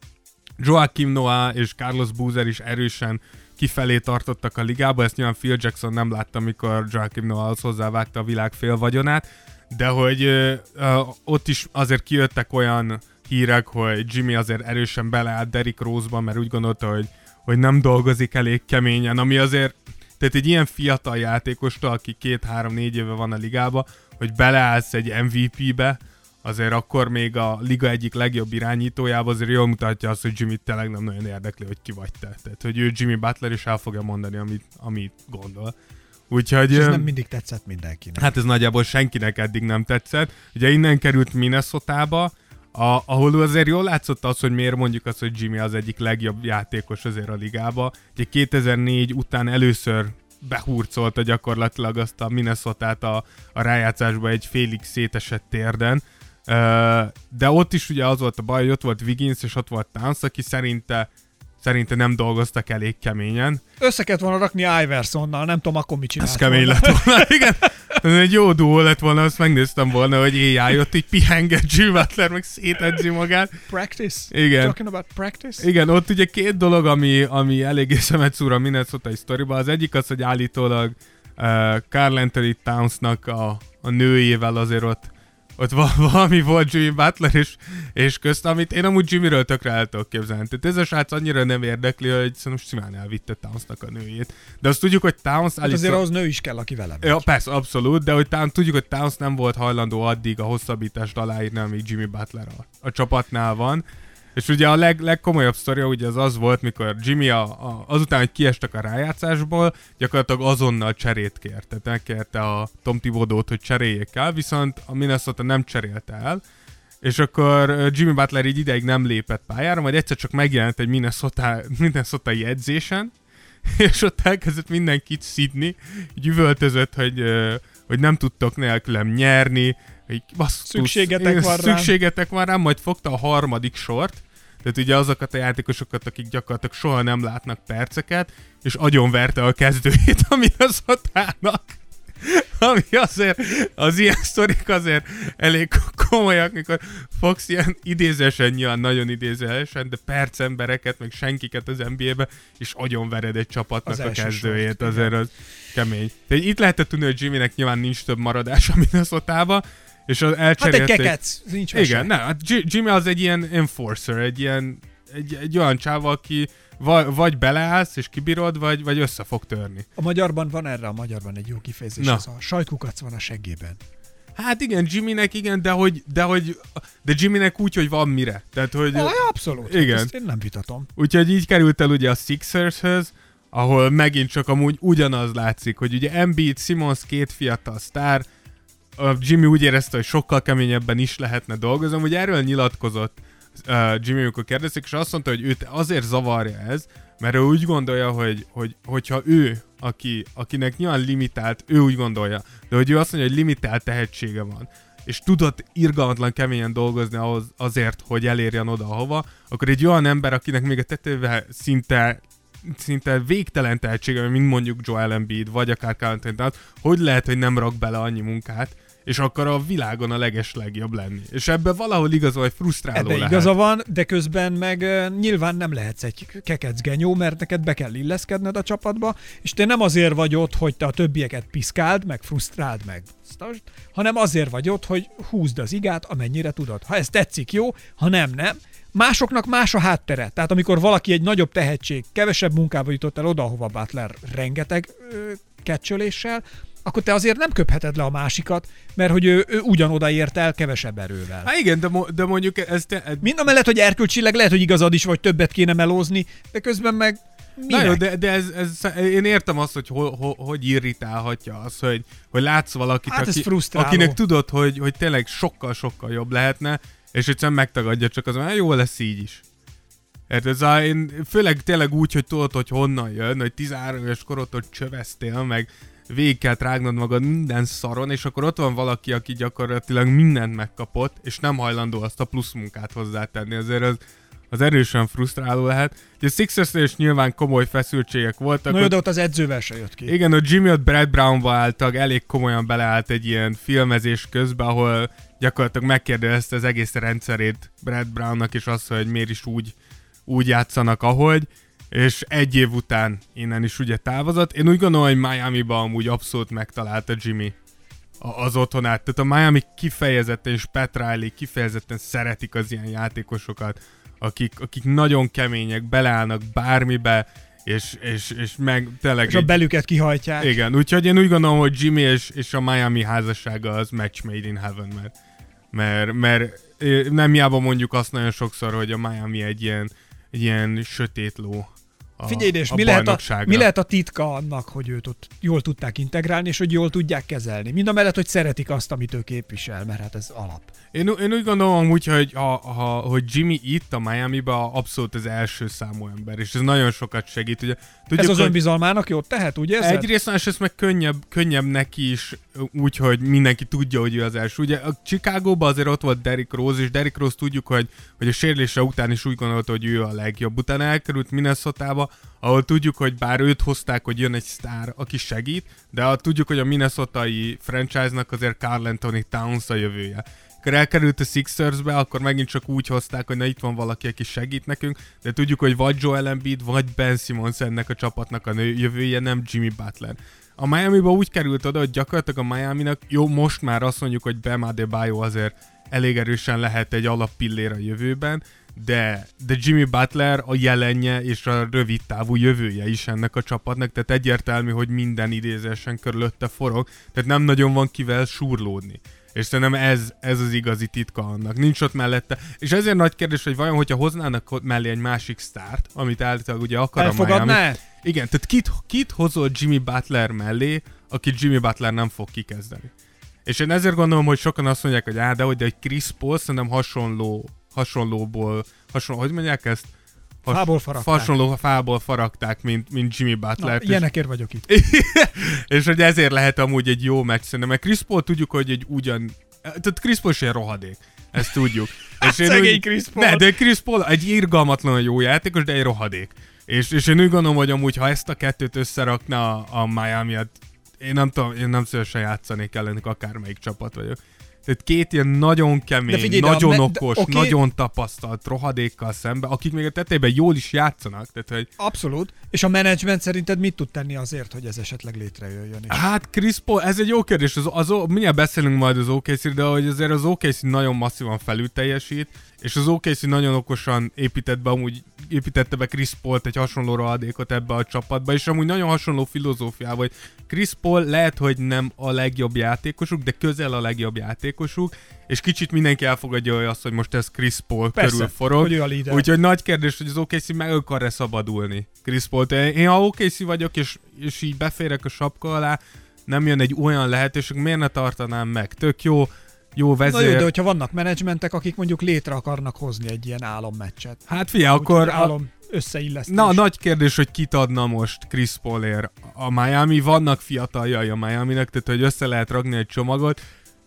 Joakim Noah és Carlos Boozer is erősen kifelé tartottak a ligába, ezt nyilván Phil Jackson nem látta, mikor Joakim Noah az hozzávágta a világ fél vagyonát, de hogy uh, uh, ott is azért kijöttek olyan hírek, hogy Jimmy azért erősen beleállt Derrick Rose-ba, mert úgy gondolta, hogy, hogy nem dolgozik elég keményen, ami azért, tehát egy ilyen fiatal játékostól, aki két-három-négy éve van a ligába, hogy beleállsz egy em vé pé-be, azért akkor még a liga egyik legjobb irányítójába azért jól mutatja azt, hogy Jimmy tényleg nem nagyon érdekli, hogy ki vagy te. Tehát, hogy ő Jimmy Butler is el fogja mondani, amit, amit gondol. Úgyhogy, és ez nem mindig tetszett mindenkinek. Hát ez nagyjából senkinek eddig nem tetszett. Ugye innen került Minnesotába, A, ahol azért jól látszott az, hogy miért mondjuk azt, hogy Jimmy az egyik legjobb játékos azért a ligába. Ugye kétezer-négy után először behurcolta gyakorlatilag azt a Minnesotát a, a rájátszásba egy félig szétesett térden. Uh, de ott is ugye az volt a baj, hogy ott volt Wiggins és ott volt Towns, aki szerinte Szerinte nem dolgoztak elég keményen. Össze kellett volna rakni Iversonnal, nem tudom, akkor mit csinált Ez kemény volna. lett volna, igen. Ez egy jó duó lett volna, azt megnéztem volna, hogy á i ott így pihenget Jimmy Butler, meg szétedzi magát. Practice? Igen. Talking about practice? Igen, ott ugye két dolog, ami, ami eléggé szemet szúr a Minnesota-i sztoriba. Az egyik az, hogy állítólag uh, Karl Anthony Townsnak a, a nőjével azért ott ott valami volt Jimmy Butler és, és közt, amit én amúgy Jimmyről tökre el tudok képzelni. Tehát ez a srác annyira nem érdekli, hogy szerintem simán elvitte Townsnak a nőjét. De azt tudjuk, hogy Towns... Hát azért ahhoz nő is kell, aki velem. Ja, persze, abszolút, de hogy Towns, tudjuk, hogy Towns nem volt hajlandó addig a hosszabbítást aláírni, amíg Jimmy Butler a, a csapatnál van. És ugye a leg, legkomolyabb sztoria ugye az az volt, mikor Jimmy a, a, azután, hogy kiestek a rájátszásból, gyakorlatilag azonnal cserét kért. Tehát megkérte a Tom Thibodeau-t, hogy cseréljék el, viszont a Minnesota nem cserélte el. És akkor Jimmy Butler így ideig nem lépett pályára, majd egyszer csak megjelent egy Minnesota, Minnesota-i edzésen, és ott elkezdett mindenkit szidni, így üvöltözött, hogy, hogy nem tudtok nélkülem nyerni, hogy basszus, szükségetek van rám. Szükségetek van rám, majd fogta a harmadik sort, tehát ugye azokat a játékosokat, akik gyakorlatilag soha nem látnak perceket, és agyonverte a kezdőjét a Minnesotának. Ami azért, az ilyen sztorik azért elég komolyak, mikor fogsz ilyen idézősen, nyilván nagyon idézősen, de percembereket, meg senkiket az en bé á-be, és agyonvered egy csapatnak a kezdőjét, sort, azért az kemény. Tehát itt lehetett tudni, hogy Jimmynek nyilván nincs több maradás a Minnesotába, és az elcserélték... Hát egy kekec, nincs mese. Igen, ne, hát Jimmy az egy ilyen enforcer, egy ilyen egy, egy olyan csáva, aki vagy, vagy beleállsz és kibírod, vagy, vagy össze fog törni. A magyarban van erre, a magyarban egy jó kifejezés, Na. az a sajtkukac van a seggében. Hát igen, Jimmynek igen, de hogy, de hogy, de Jimmynek úgy, hogy van mire. Tehát, hogy... Ah, abszolút, igen. Hát ezt én nem vitatom. Úgyhogy így került el ugye a Sixershöz, ahol megint csak amúgy ugyanaz látszik, hogy ugye Embiid, Simmons két fiatal sztár, a Jimmy úgy érezte, hogy sokkal keményebben is lehetne dolgozni, hogy erről nyilatkozott uh, Jimmy, amikor kérdezik, és azt mondta, hogy őt azért zavarja ez, mert ő úgy gondolja, hogy, hogy hogyha ő, aki, akinek nyilván limitált, ő úgy gondolja, de hogy ő azt mondja, hogy limitált tehetsége van, és tudott irgalmatlan keményen dolgozni ahhoz, azért, hogy elérjen oda, ahova, akkor egy olyan ember, akinek még a tetővel szinte szinte végtelen tehetsége, mint mondjuk Joel Embiid, vagy akár Karl Anthony Towns, hogy lehet, hogy nem rak bele annyi munkát, és akar a világon a leges legjobb lenni. És ebben valahol igaza, vagy frusztráló Ebbe lehet. igaza van, de közben meg uh, nyilván nem lehetsz egy kekecgenyó, mert neked be kell illeszkedned a csapatba, és te nem azért vagy ott, hogy te a többieket piszkáld, meg frusztráld, meg sztasd, hanem azért vagy ott, hogy húzd az igát, amennyire tudod. Ha ez tetszik, jó, ha nem, nem. Másoknak más a háttere. Tehát amikor valaki egy nagyobb tehetség, kevesebb munkába jutott el oda, ahova Butler rengeteg ö, catcholéssel, akkor te azért nem köpheted le a másikat, mert hogy ő, ő ugyanoda ért el kevesebb erővel. Hát igen, de, mo- de mondjuk ez... Te, Mind a mellett, hogy erkölcsileg lehet, hogy igazad is, vagy többet kéne melózni, de közben meg minek? Na jó, de, de ez, ez, én értem azt, hogy ho, ho, hogy irritálhatja az, hogy, hogy látsz valakit, Hát aki, akinek tudod, hogy, hogy tényleg sokkal-sokkal jobb lehetne, és egyszerűen megtagadja csak azon, hogy jó lesz így is. Érted? Ez a, én főleg tényleg úgy, hogy tudod, hogy honnan jön, hogy tizenhárom éves korodtól csövesztél, meg végig kell trágnod magad minden szaron, és akkor ott van valaki, aki gyakorlatilag mindent megkapott, és nem hajlandó azt a plusz munkát hozzátenni. Azért az, az erősen frusztráló lehet. Ugye a Sixersnél is nyilván komoly feszültségek voltak. Na jó, de ott az edzővel se jött ki. Igen, a Jimmy ott Brad Brownba álltak, elég komolyan beleállt egy ilyen filmezés közben, ahol gyakorlatilag megkérdezte az egész rendszerét Brad Brownnak, és azt, hogy miért is úgy, úgy játszanak, ahogy, és egy év után innen is ugye távozott. Én úgy gondolom, hogy Miami-ban amúgy abszolút megtalálta Jimmy az otthonát. Tehát a Miami kifejezetten, és Pat Riley kifejezetten szeretik az ilyen játékosokat, akik, akik nagyon kemények, beleállnak bármibe, és, és, és meg tényleg... És a belüket kihajtják. Igen, úgyhogy én úgy gondolom, hogy Jimmy és, és a Miami házassága az match made in heaven, mert, mert, mert nem hiába mondjuk azt nagyon sokszor, hogy a Miami egy ilyen, egy ilyen sötét ló a, Figyelj, és a mi lehet a, mi lehet a titka annak, hogy őt ott jól tudták integrálni, és hogy jól tudják kezelni? Mind a mellett, hogy szeretik azt, amit ő képvisel, mert hát ez alap. Én, én úgy gondolom úgy, hogy, ha, ha, hogy Jimmy itt a Miami-ba abszolút az első számú ember, és ez nagyon sokat segít. Ugye, tudjuk, ez az hogy önbizalmának jót tehet, úgy érzed? Egyrészt, másrészt meg könnyebb, könnyebb neki is úgy, hogy mindenki tudja, hogy ő az első. Ugye a Chicagóban azért ott volt Derrick Rose, és Derrick Rose tudjuk, hogy, hogy a sérülése után is úgy gondolta, hogy ő a legjobb. Utána elkerült Minnesotába, ahol tudjuk, hogy bár őt hozták, hogy jön egy sztár, aki segít, de tudjuk, hogy a minnesotai franchise-nak azért Karl Anthony Towns a jövője. Akkor elkerült a Sixersbe, akkor megint csak úgy hozták, hogy na itt van valaki, aki segít nekünk, de tudjuk, hogy vagy Joel Embiid, vagy Ben Simmons ennek a csapatnak a jövője, nem Jimmy Butler. A Miami-ba úgy került oda, hogy gyakorlatilag a Miami-nak, jó, most már azt mondjuk, hogy Bam Adebayo azért elég erősen lehet egy alappillér a jövőben, de, de Jimmy Butler a jelenje és a rövid távú jövője is ennek a csapatnak, tehát egyértelmű, hogy minden idézésen körülötte forog, tehát nem nagyon van kivel súrlódni. És szerintem ez, ez az igazi titka annak. Nincs ott mellette. És ezért nagy kérdés, hogy vajon, hogyha hoznának mellé egy másik sztárt, amit állítólag ugye akar a Miami. Igen, tehát kit, kit hozol Jimmy Butler mellé, akit Jimmy Butler nem fog kikezdeni. És én ezért gondolom, hogy sokan azt mondják, hogy á, de hogy egy Chris Paul szerintem hasonló, hasonlóból, hasonló, hogy mondják ezt? Has, fából faragták. Hasonló fából faragták, mint, mint Jimmy Butler. Na, ilyenekért vagyok itt. És hogy ezért lehet amúgy egy jó meccs szerintem. Mert Chris Paul tudjuk, hogy egy ugyan... Tehát Chris Paul sem rohadék. Ezt tudjuk. És szegény úgy... Chris Paul. Ne, de Chris Paul egy irgalmatlan jó játékos, de egy rohadék. És, és én úgy gondolom, hogy amúgy, ha ezt a kettőt összerakna a, a Miami-at, én nem tudom, én nem szívesen játszanék ellenük, akármelyik csapat vagyok. Tehát két ilyen nagyon kemény, figyelj, nagyon me- okos, de, okay. nagyon tapasztalt rohadékkal szembe, akik még a tetejében jól is játszanak. Tehát, hogy... Abszolút. És a menedzsment szerinted mit tud tenni azért, hogy ez esetleg létrejöjjön is? Hát Chris Paul, ez egy jó kérdés. Az, az, mindjárt beszélünk majd az o ká cé-ről, de hogy azért az o ká cé nagyon masszívan felül teljesít, és az o ká cé nagyon okosan épített be, amúgy építette be Chris Paul-t, egy hasonló rohadékot ebbe a csapatba, és amúgy nagyon hasonló filozófiával, hogy Chris Paul lehet, hogy nem a legjobb játékosuk, de közel a legjobb játékosuk, és kicsit mindenki elfogadja azt, hogy most ez Chris Paul Persze, körül forog. hogy ő a líder. Úgyhogy nagy kérdés, hogy az o ká cé meg akar-e szabadulni Chris Paul-t. Én ha o ká cé vagyok, és, és így beférek a sapka alá, nem jön egy olyan lehetőség, miért ne tartanám meg? Tök jó, jó vezér. Na jó, de hogyha vannak menedzsmentek, akik mondjuk létre akarnak hozni egy ilyen álommeccset. Hát figyelj, akkor... Álom összeillesztés. Na, nagy kérdés, hogy kit adna most Chris Paulért a Miami. Vannak fiataljai a Miaminek, tehát hogy össze lehet rakni egy csomagot.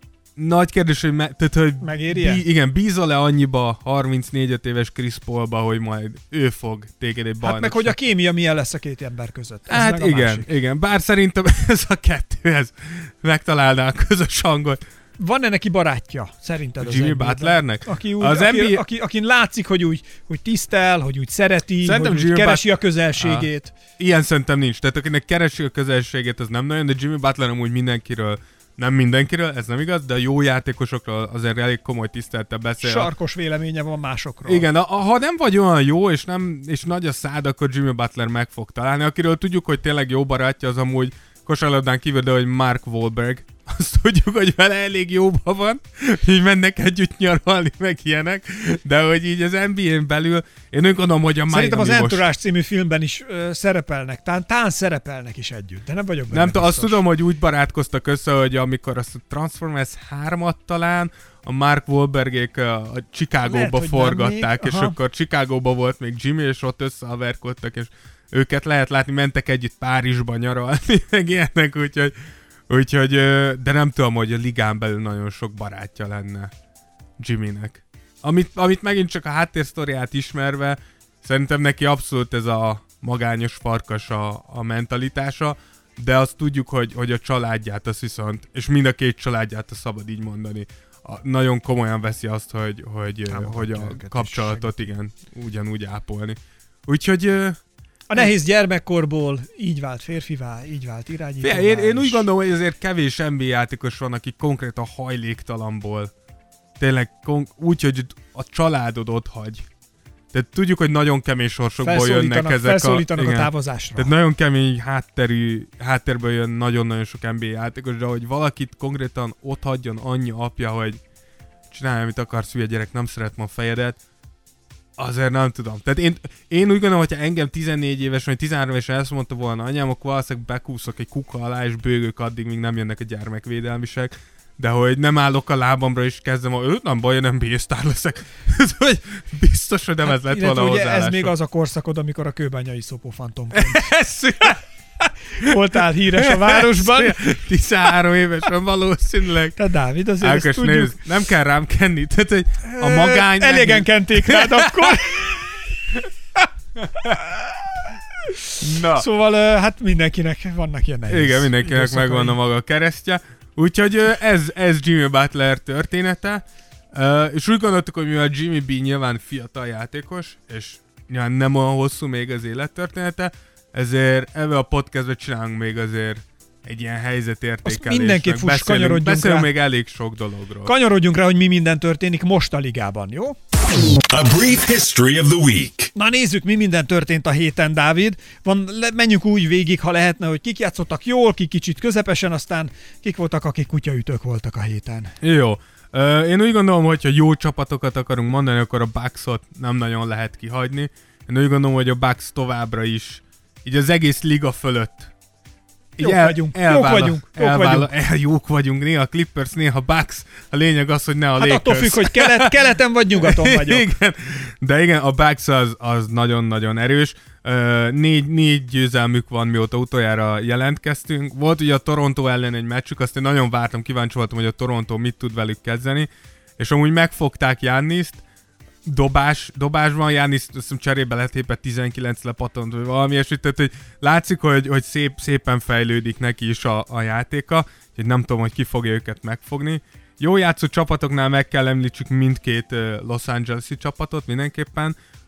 Nagy kérdés, hogy, me- tehát, hogy megéri-e? Bí- igen, bízol-e annyiba harmincnégy éves Chris Paulba, hogy majd ő fog téged egy bajnokság? Hát meg, hogy a kémia milyen lesz a két ember között. Ez hát meg a igen, másik. igen. Bár szerintem ez a kettő, ez megtalálná a közös hangot. Van-e neki barátja, szerinted az Jimmy en bé á-ben? Butlernek? Aki úgy, Az aki, en bé á... aki, akin látszik, hogy úgy hogy tisztel, hogy úgy szereti, Szerintem hogy úgy Jimmy keresi But- a közelségét. Ah, ilyen szerintem nincs. Tehát akinek keresi a közelségét, az nem nagyon, de Jimmy Butler amúgy mindenkiről, nem mindenkiről, ez nem igaz, de a jó játékosokról azért elég komoly tisztelettel beszél. Sarkos véleménye van másokról. Igen, a, a, ha nem vagy olyan jó, és, nem, és nagy a szád, akkor Jimmy Butler meg fog találni. Akiről tudjuk, hogy tényleg jó barátja, az amúgy kosárlabdán kívül, de hogy Mark Wahlberg. Azt tudjuk, hogy vele elég jóban van, így mennek együtt nyaralni, meg ilyenek, de hogy így az en bé á-n belül, én úgy gondolom, hogy a Miami Szerintem az most... Entourage című filmben is ö, szerepelnek, tán, tán szerepelnek is együtt, de nem vagyok benne Nem tudom, azt biztos. tudom, hogy úgy barátkoztak össze, hogy amikor azt a Transformers hármat talán, a Mark Wahlbergék a, a Chicagóba Lehet, hogy forgatták, nem és még, akkor Chicagóba volt még Jimmy, és ott összehaverkodtak, és őket lehet látni, mentek együtt Párizsba nyaralni, meg ilyenek, úgyhogy Úgyhogy, de nem tudom, hogy a ligán belül nagyon sok barátja lenne Jimmynek. Amit, amit megint csak a háttérsztoriát ismerve, szerintem neki abszolút ez a magányos farkas a, a mentalitása, de azt tudjuk, hogy, hogy a családját az viszont, és mind a két családját, a szabad így mondani, a, nagyon komolyan veszi azt, hogy, hogy, hogy a kapcsolatot igen, ugyanúgy ápolni. Úgyhogy... A nehéz gyermekkorból így vált férfivá, így vált irányítóvá. Én, én úgy gondolom, hogy azért kevés en bé á játékos van, aki konkrétan hajléktalanból. Tényleg kon- úgy, hogy a családod ott hagy. Tehát tudjuk, hogy nagyon kemény sorsokból jönnek ezek felszólítanak a... a távozásra. Tehát nagyon kemény hátterű, háttérből jön nagyon-nagyon sok en bé á játékos, de hogy valakit konkrétan ott hagyjon annyi apja, hogy csinálj, amit akarsz, hülye gyerek, nem szeretem a fejedet. Azért nem tudom. Tehát én, én úgy gondolom, hogyha engem tizennégy éves vagy tizenhárom évesen ezt mondta volna anyám, akkor valószínűleg bekúszok egy kuka alá, és bőgök addig, míg nem jönnek a gyermekvédelmisek. De hogy nem állok a lábamra, és kezdem, hogy nem baj, nem bé sztár leszek. Hogy biztos, hogy nem hát, ez lett volna ugye hozzáállásom. ez még az a korszakod, amikor a kőbányai szopófantomként voltál híres a városban. tizenhárom évesen valószínűleg. Te Dávid, azért Ákos, ezt tudjuk. nézd, nem kell rám kenni. Tehát, hogy a magány... Elégen megint... kenték rád akkor. Na. Szóval hát mindenkinek vannak ilyen nehéz. Igen, mindenkinek időszakai. megvan a maga keresztje. Úgyhogy ez, ez Jimmy Butler története. Uh, és úgy gondoltuk, hogy mivel Jimmy B nyilván fiatal játékos, és nyilván nem olyan hosszú még az élettörténete, ezért ebben a podcastben csinálunk még azért egy ilyen helyzetértékelést. Azt mindenképp fuss, beszélünk, kanyarodjunk beszélünk rá. még elég sok dologról. Kanyarodjunk rá, hogy mi minden történik most a ligában, jó? A brief history of the week. Na nézzük, mi minden történt a héten, Dávid. Van, le, menjünk úgy végig, ha lehetne, hogy kik játszottak jól, kik kicsit közepesen, aztán kik voltak, akik kutyaütők voltak a héten. Jó. Uh, én úgy gondolom, hogy ha jó csapatokat akarunk mondani, akkor a Bucksot nem nagyon lehet kihagyni. Én úgy gondolom, hogy a Bucks továbbra is így az egész liga fölött így Jók vagyunk, jók elvála, vagyunk, jók elvála, vagyunk. El, jók vagyunk, néha Clippers, néha Bucks. A lényeg az, hogy ne a Hát Lakers. attól függ, hogy kelet, keleten vagy nyugaton vagyok. Igen. De igen, a Bucks az, az nagyon-nagyon erős. Uh, négy, négy győzelmük van, mióta utoljára jelentkeztünk. Volt ugye a Toronto ellen egy meccsük, azt én nagyon vártam, kíváncsi voltam, hogy a Toronto mit tud velük kezdeni. És amúgy megfogták Gianniszt, dobás, dobásban Giannis azt hiszem cserébe letépett tizenkilenc lepattant, vagy valami eset, tehát hogy látszik, hogy, hogy szép, szépen fejlődik neki is a, a játéka, úgyhogy nem tudom, hogy ki fogja őket megfogni. Jó játszó csapatoknál meg kell említsük mindkét uh, Los Angeles-i csapatot mindenképpen.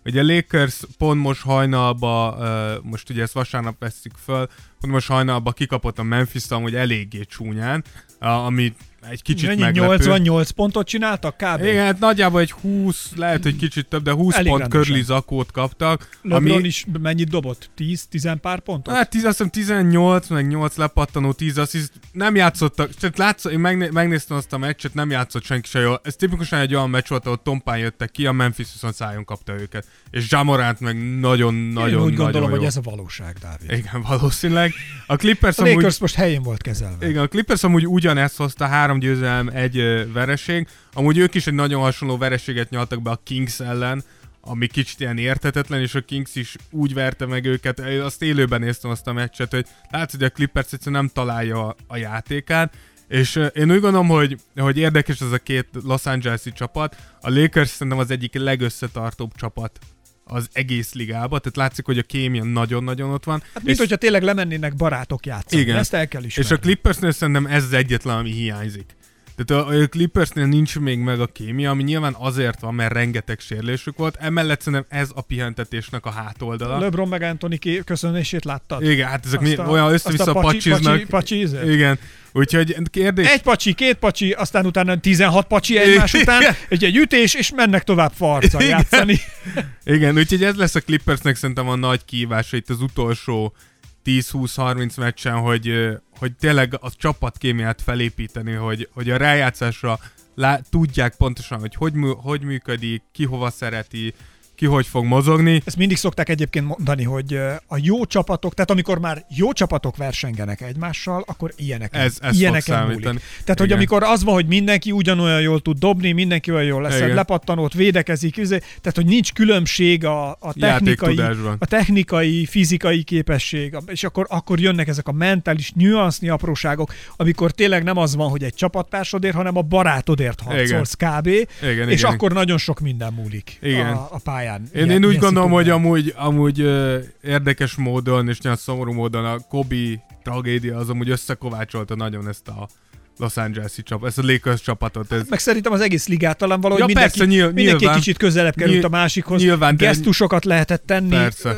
Ugye a Lakers pont most hajnalba, uh, most ugye ezt vasárnap vesszük föl, pont most hajnalba kikapott a Memphis-t amúgy eléggé csúnyán, uh, ami egy kicsit Mennyi, meglepő. nyolcvannyolc pontot csináltak kb? Igen, hát nagyjából egy húsz, lehet, hogy kicsit több, de húsz Elég pont rendesen. körüli zakót kaptak. LeBron ami, is mennyit dobott? tíz, tíz pár pontot? Hát tíz, azt hiszem tizennyolc, meg nyolc lepattanó, tíz assziszt, nem játszottak, tehát látsz, én megné- megnéztem azt a meccset, nem játszott senki se jól. Ez tipikusan egy olyan meccs volt, ahol tompán jöttek ki, a Memphis viszont szájon kapta őket. És Ja Morant meg nagyon-nagyon-nagyon Én úgy gondolom, jó. hogy ez a valóság, Dávid. Igen, valószínűleg. A Clippers A Lakers amúgy... most helyén volt kezelve. Igen, a Clippers amúgy ugyanezt hozta, három győzelem, egy ö, vereség. Amúgy ők is egy nagyon hasonló vereséget nyaltak be a Kings ellen, ami kicsit ilyen érthetetlen, és a Kings is úgy verte meg őket. Én azt élőben néztem azt a meccset, hogy látsz, hogy a Clippers egyszerűen nem találja a, a játékát, és uh, én úgy gondolom, hogy, hogy érdekes ez a két Los Angeles-i csapat. A Lakers szerintem az egyik legösszetartóbb csapat az egész ligában, tehát látszik, hogy a kémia nagyon-nagyon ott van. Hát mint hogyha tényleg lemennének barátok játszani, igen. Ezt el kell ismerni. És a Clippersnél szerintem ez az egyetlen, ami hiányzik. Tehát a, a Clippersnél nincs még meg a kémia, ami nyilván azért van, mert rengeteg sérülésük volt. Emellett szerintem ez a pihentetésnek a hátoldala. LeBron meg Anthony ké- köszönését láttad? Igen, hát ezek mi, a, olyan össze-vissza pacsiznak. Pacsi, pacsi, igen. Úgyhogy kérdés... Egy pacsi, két pacsi, aztán utána tizenhat pacsi egymás után, egy, egy ütés, és mennek tovább farccal játszani. Igen, úgyhogy ez lesz a Clippersnek szerintem a nagy kihívása itt az utolsó tíz-húsz-harminc meccsen, hogy, hogy tényleg a csapatkémiát felépíteni, hogy, hogy a rájátszásra lá, tudják pontosan, hogy hogy, mű, hogy működik, ki hova szereti, ki hogy fog mozogni. Ezt mindig szokták egyébként mondani, hogy a jó csapatok, tehát amikor már jó csapatok versengenek egymással, akkor ilyenek, ez, ez ilyeneken múlik. Tehát, igen. hogy amikor az van, hogy mindenki ugyanolyan jól tud dobni, mindenki olyan jól lesz, igen. lepattanót, védekezik, tehát, hogy nincs különbség a, a, technikai, a technikai, fizikai képesség, és akkor, akkor jönnek ezek a mentális nüansznyi apróságok, amikor tényleg nem az van, hogy egy csapattársadért, hanem a barátodért harcolsz kb. Igen, és igen. akkor nagyon sok minden múlik igen. a, a pályán. Én, ilyen, én úgy ilyen gondolom, hogy szituban. amúgy, amúgy ö, érdekes módon és nagyon szomorú módon a Kobe tragédia az amúgy összekovácsolta nagyon ezt a Los Angeles-i csapat, ezt a Lakers csapatot. Ez... Meg szerintem az egész ligát talán valahogy ja, mindenki, persze, nyilv, mindenki nyilván, kicsit közelebb került nyilv, a másikhoz. Nyilván, gesztusokat lehetett tenni, persze.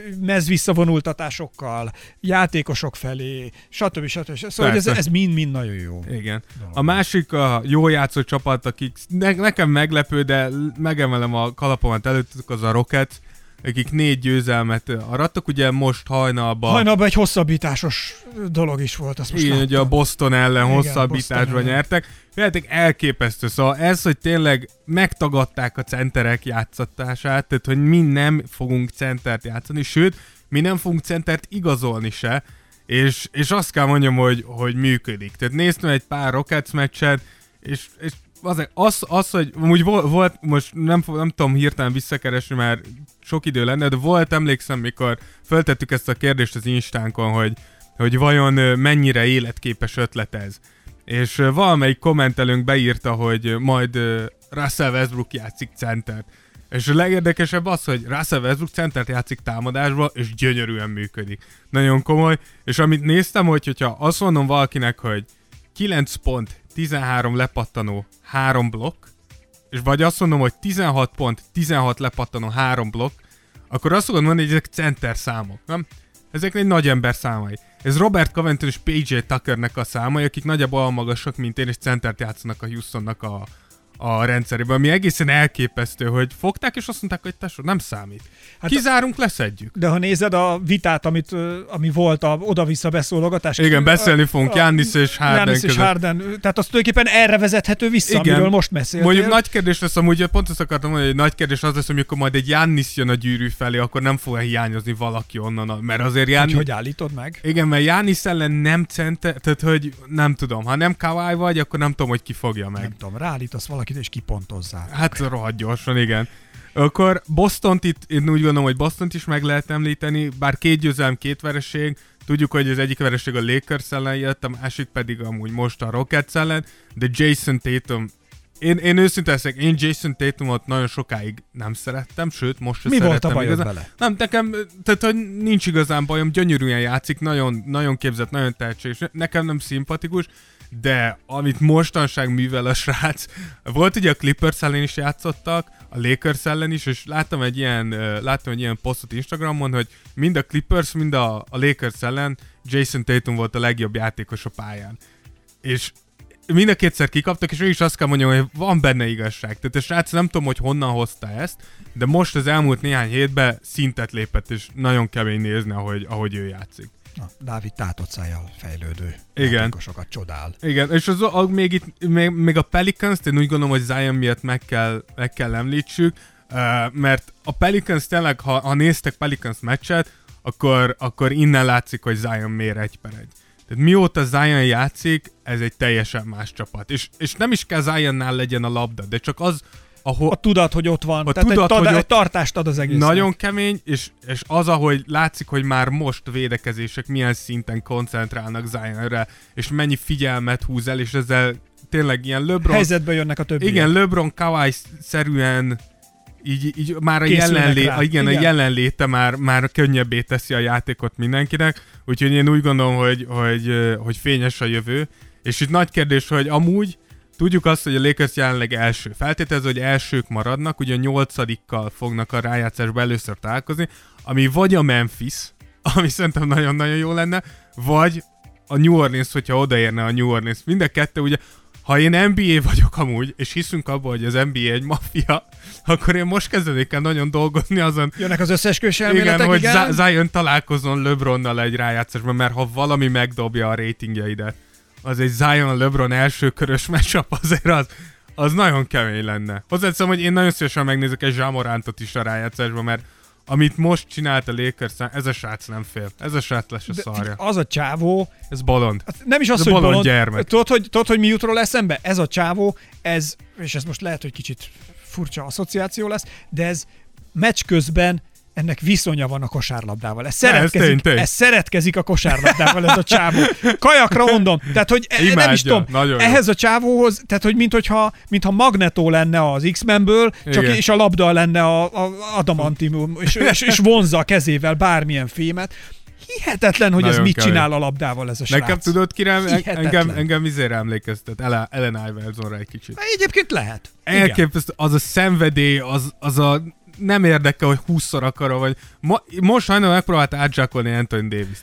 mezvisszavonultatásokkal, játékosok felé, stb. stb. Szóval ez, ez mind-mind nagyon jó. Igen. A másik a jó játszó csapat, akik ne, nekem meglepő, de megemelem a kalapomat előttük, az a Rockets, akik négy győzelmet arattak, ugye most hajnalban... Hajnalban egy hosszabbításos dolog is volt, azt most igen, ugye a Boston ellen igen, hosszabbításban nyertek. Féltek elképesztő, szóval ez, hogy tényleg megtagadták a centerek játszatását, tehát hogy mi nem fogunk centert játszani, sőt, mi nem fogunk centert igazolni se, és, és azt kell mondjam, hogy, hogy működik. Tehát néztem egy pár Rockets meccset, és, és az, az, az, hogy úgy volt, most nem, nem tudom hirtelen visszakeresni, mert sok idő lenne, de volt, emlékszem, mikor föltettük ezt a kérdést az Instánkon, hogy, hogy vajon mennyire életképes ötlet ez. És valamelyik kommentelőnk beírta, hogy majd Russell Westbrook játszik centert. És a legérdekesebb az, hogy Russell Westbrook centert játszik támadásba, és gyönyörűen működik. Nagyon komoly. És amit néztem, hogy, hogyha azt mondom valakinek, hogy kilenc pont, tizenhárom lepattanó, három blokk, és vagy azt mondom, hogy tizenhat pont, tizenhat lepattanó, három blokk, akkor azt fogod mondani, hogy ezek center számok, nem? Ezek egy nagy ember számai. Ez Robert Covington és pé jé Tuckernek a számai, akik nagyjából olyan magasak, mint én, és centert játszanak a Houstonnak a, a rendszerében, ami egészen elképesztő, hogy fogták, és azt mondták, hogy tesó, nem számít. Hát kizárunk, leszedjük. De ha nézed a vitát, amit, ami volt, a oda-vissza beszólogatás. Igen, beszélni fogunk Giannis és Harden Giannis és Harden. Tehát az tulajdonképpen erre vezethető vissza, igen, amiről most beszéltél. Mondjuk nagy kérdés lesz, amúgy pont azt akartam mondani, hogy nagy kérdés az lesz, hogy amikor majd egy Giannis jön a gyűrű felé, akkor nem fog hiányozni valaki onnan, mert azért Giannis... Hogy, hogy állítod meg? Igen, mert Giannis ellen nem center, tehát hogy nem tudom, ha nem Kawhi vagy, akkor nem tudom, hogy ki fogja meg. Nem tudom, ráállítasz valakit és kipontozzál. Hát rohadt gyorsan, igen. Akkor Bostont itt, én úgy gondolom, hogy Bostont is meg lehet említeni, bár két győzelem, két vereség, tudjuk, hogy az egyik vereség a Lakers ellen jött, a másik pedig amúgy most a Rockets ellen, de Jason Tatum, én, én őszinte leszek, én Jason Tatumot nagyon sokáig nem szerettem, sőt, most sem Mi szerettem. volt a bajod igazán. vele? Nem, nekem, tehát hogy nincs igazán bajom, gyönyörűen játszik, nagyon, nagyon képzett, nagyon tehetséges, nekem nem szimpatikus, de amit mostanság művel a srác, volt ugye a Clippers ellen is játszottak, a Lakers ellen is, és láttam egy ilyen, láttam egy ilyen posztot Instagramon, hogy mind a Clippers, mind a, a Lakers ellen Jason Tatum volt a legjobb játékos a pályán. És mind a kétszer kikaptak, és ő is azt kell mondjam, hogy van benne igazság. Tehát a srác nem tudom, hogy honnan hozta ezt, de most az elmúlt néhány hétben szintet lépett, és nagyon kemény nézni, ahogy, ahogy ő játszik. Na, Dávid tátott szájjal fejlődő Igen. játékosokat csodál. Igen, és az, a, még, itt, még, még a Pelicans-t én úgy gondolom, hogy Zion miatt meg kell, meg kell említsük, uh, mert a Pelicans tényleg, ha, ha néztek Pelicans meccset, akkor, akkor innen látszik, hogy Zion mér egy per egy. Tehát mióta Zion játszik, ez egy teljesen más csapat. És, és nem is kell Zionnál legyen a labda, de csak az, ahol... A tudat, hogy ott van. A Tehát tudat, egy, tada, hogy egy tartást ad az egésznek. Nagyon kemény, és, és az, ahogy látszik, hogy már most védekezések milyen szinten koncentrálnak Zionre, és mennyi figyelmet húz el, és ezzel tényleg ilyen LeBron... Helyzetbe jönnek a többiek. Igen, LeBron Kawhi-szerűen így, így már a, jelenlé, a, igen, igen. a jelenléte már, már könnyebbé teszi a játékot mindenkinek, úgyhogy én úgy gondolom, hogy, hogy, hogy fényes a jövő, és itt nagy kérdés, hogy amúgy tudjuk azt, hogy a Lakers jelenleg első. Feltételező, hogy elsők maradnak, ugye a nyolcadikkal fognak a rájátszásba először találkozni, ami vagy a Memphis, ami szerintem nagyon-nagyon jó lenne, vagy a New Orleans, hogyha odaérne a New Orleans. Mind a kettő, ugye, ha én en bé á vagyok amúgy, és hiszünk abban, hogy az en bé á egy maffia, akkor én most kezdenék el nagyon dolgozni azon. Jönnek az összeesküvés elméletek, igen, hogy igen? Zion találkozzon LeBronnal egy rájátszásban, mert ha valami megdobja a ratingjeidet, az egy Zion LeBron elsőkörös matchup, azért az, az nagyon kemény lenne. Hozzáteszem, hogy én nagyon szívesen megnézek egy Ja Morantot is a rájátszásban, mert amit most csinált a Lakers, ez a srác nem fél. Ez a srác lesz a De szarja. az a csávó... Ez bolond. Nem is az, ez hogy bolond bolond. gyermek. Tudod, hogy, tudod, hogy mi jut róla eszembe? Ez a csávó, ez, és ez most lehet, hogy kicsit furcsa asszociáció lesz, de ez meccs közben ennek viszonya van a kosárlabdával. Ez szeretkezik, tény, tény. ez szeretkezik a kosárlabdával, ez a csávó. Kajakra mondom. Tehát, hogy e, nem is tudom, ehhez a csávóhoz, tehát, hogy minthogyha, mintha Magneto lenne az X-Menből, csak és a labda lenne a, a adamantium, és, és, és vonzza a kezével bármilyen fémet. Hihetetlen, hogy nagyon ez mit kevés. Csinál a labdával ez a srác. Nekem tudod, kirem, engem, engem izére emlékeztet, Allen Iversonra egy kicsit. Na, egyébként lehet. Elképesztő, az a szenvedély, az, az a nem érdekel, hogy húszszor akarom, vagy Ma, most sajnálom megpróbálta átzsákolni Anthony Davis-t.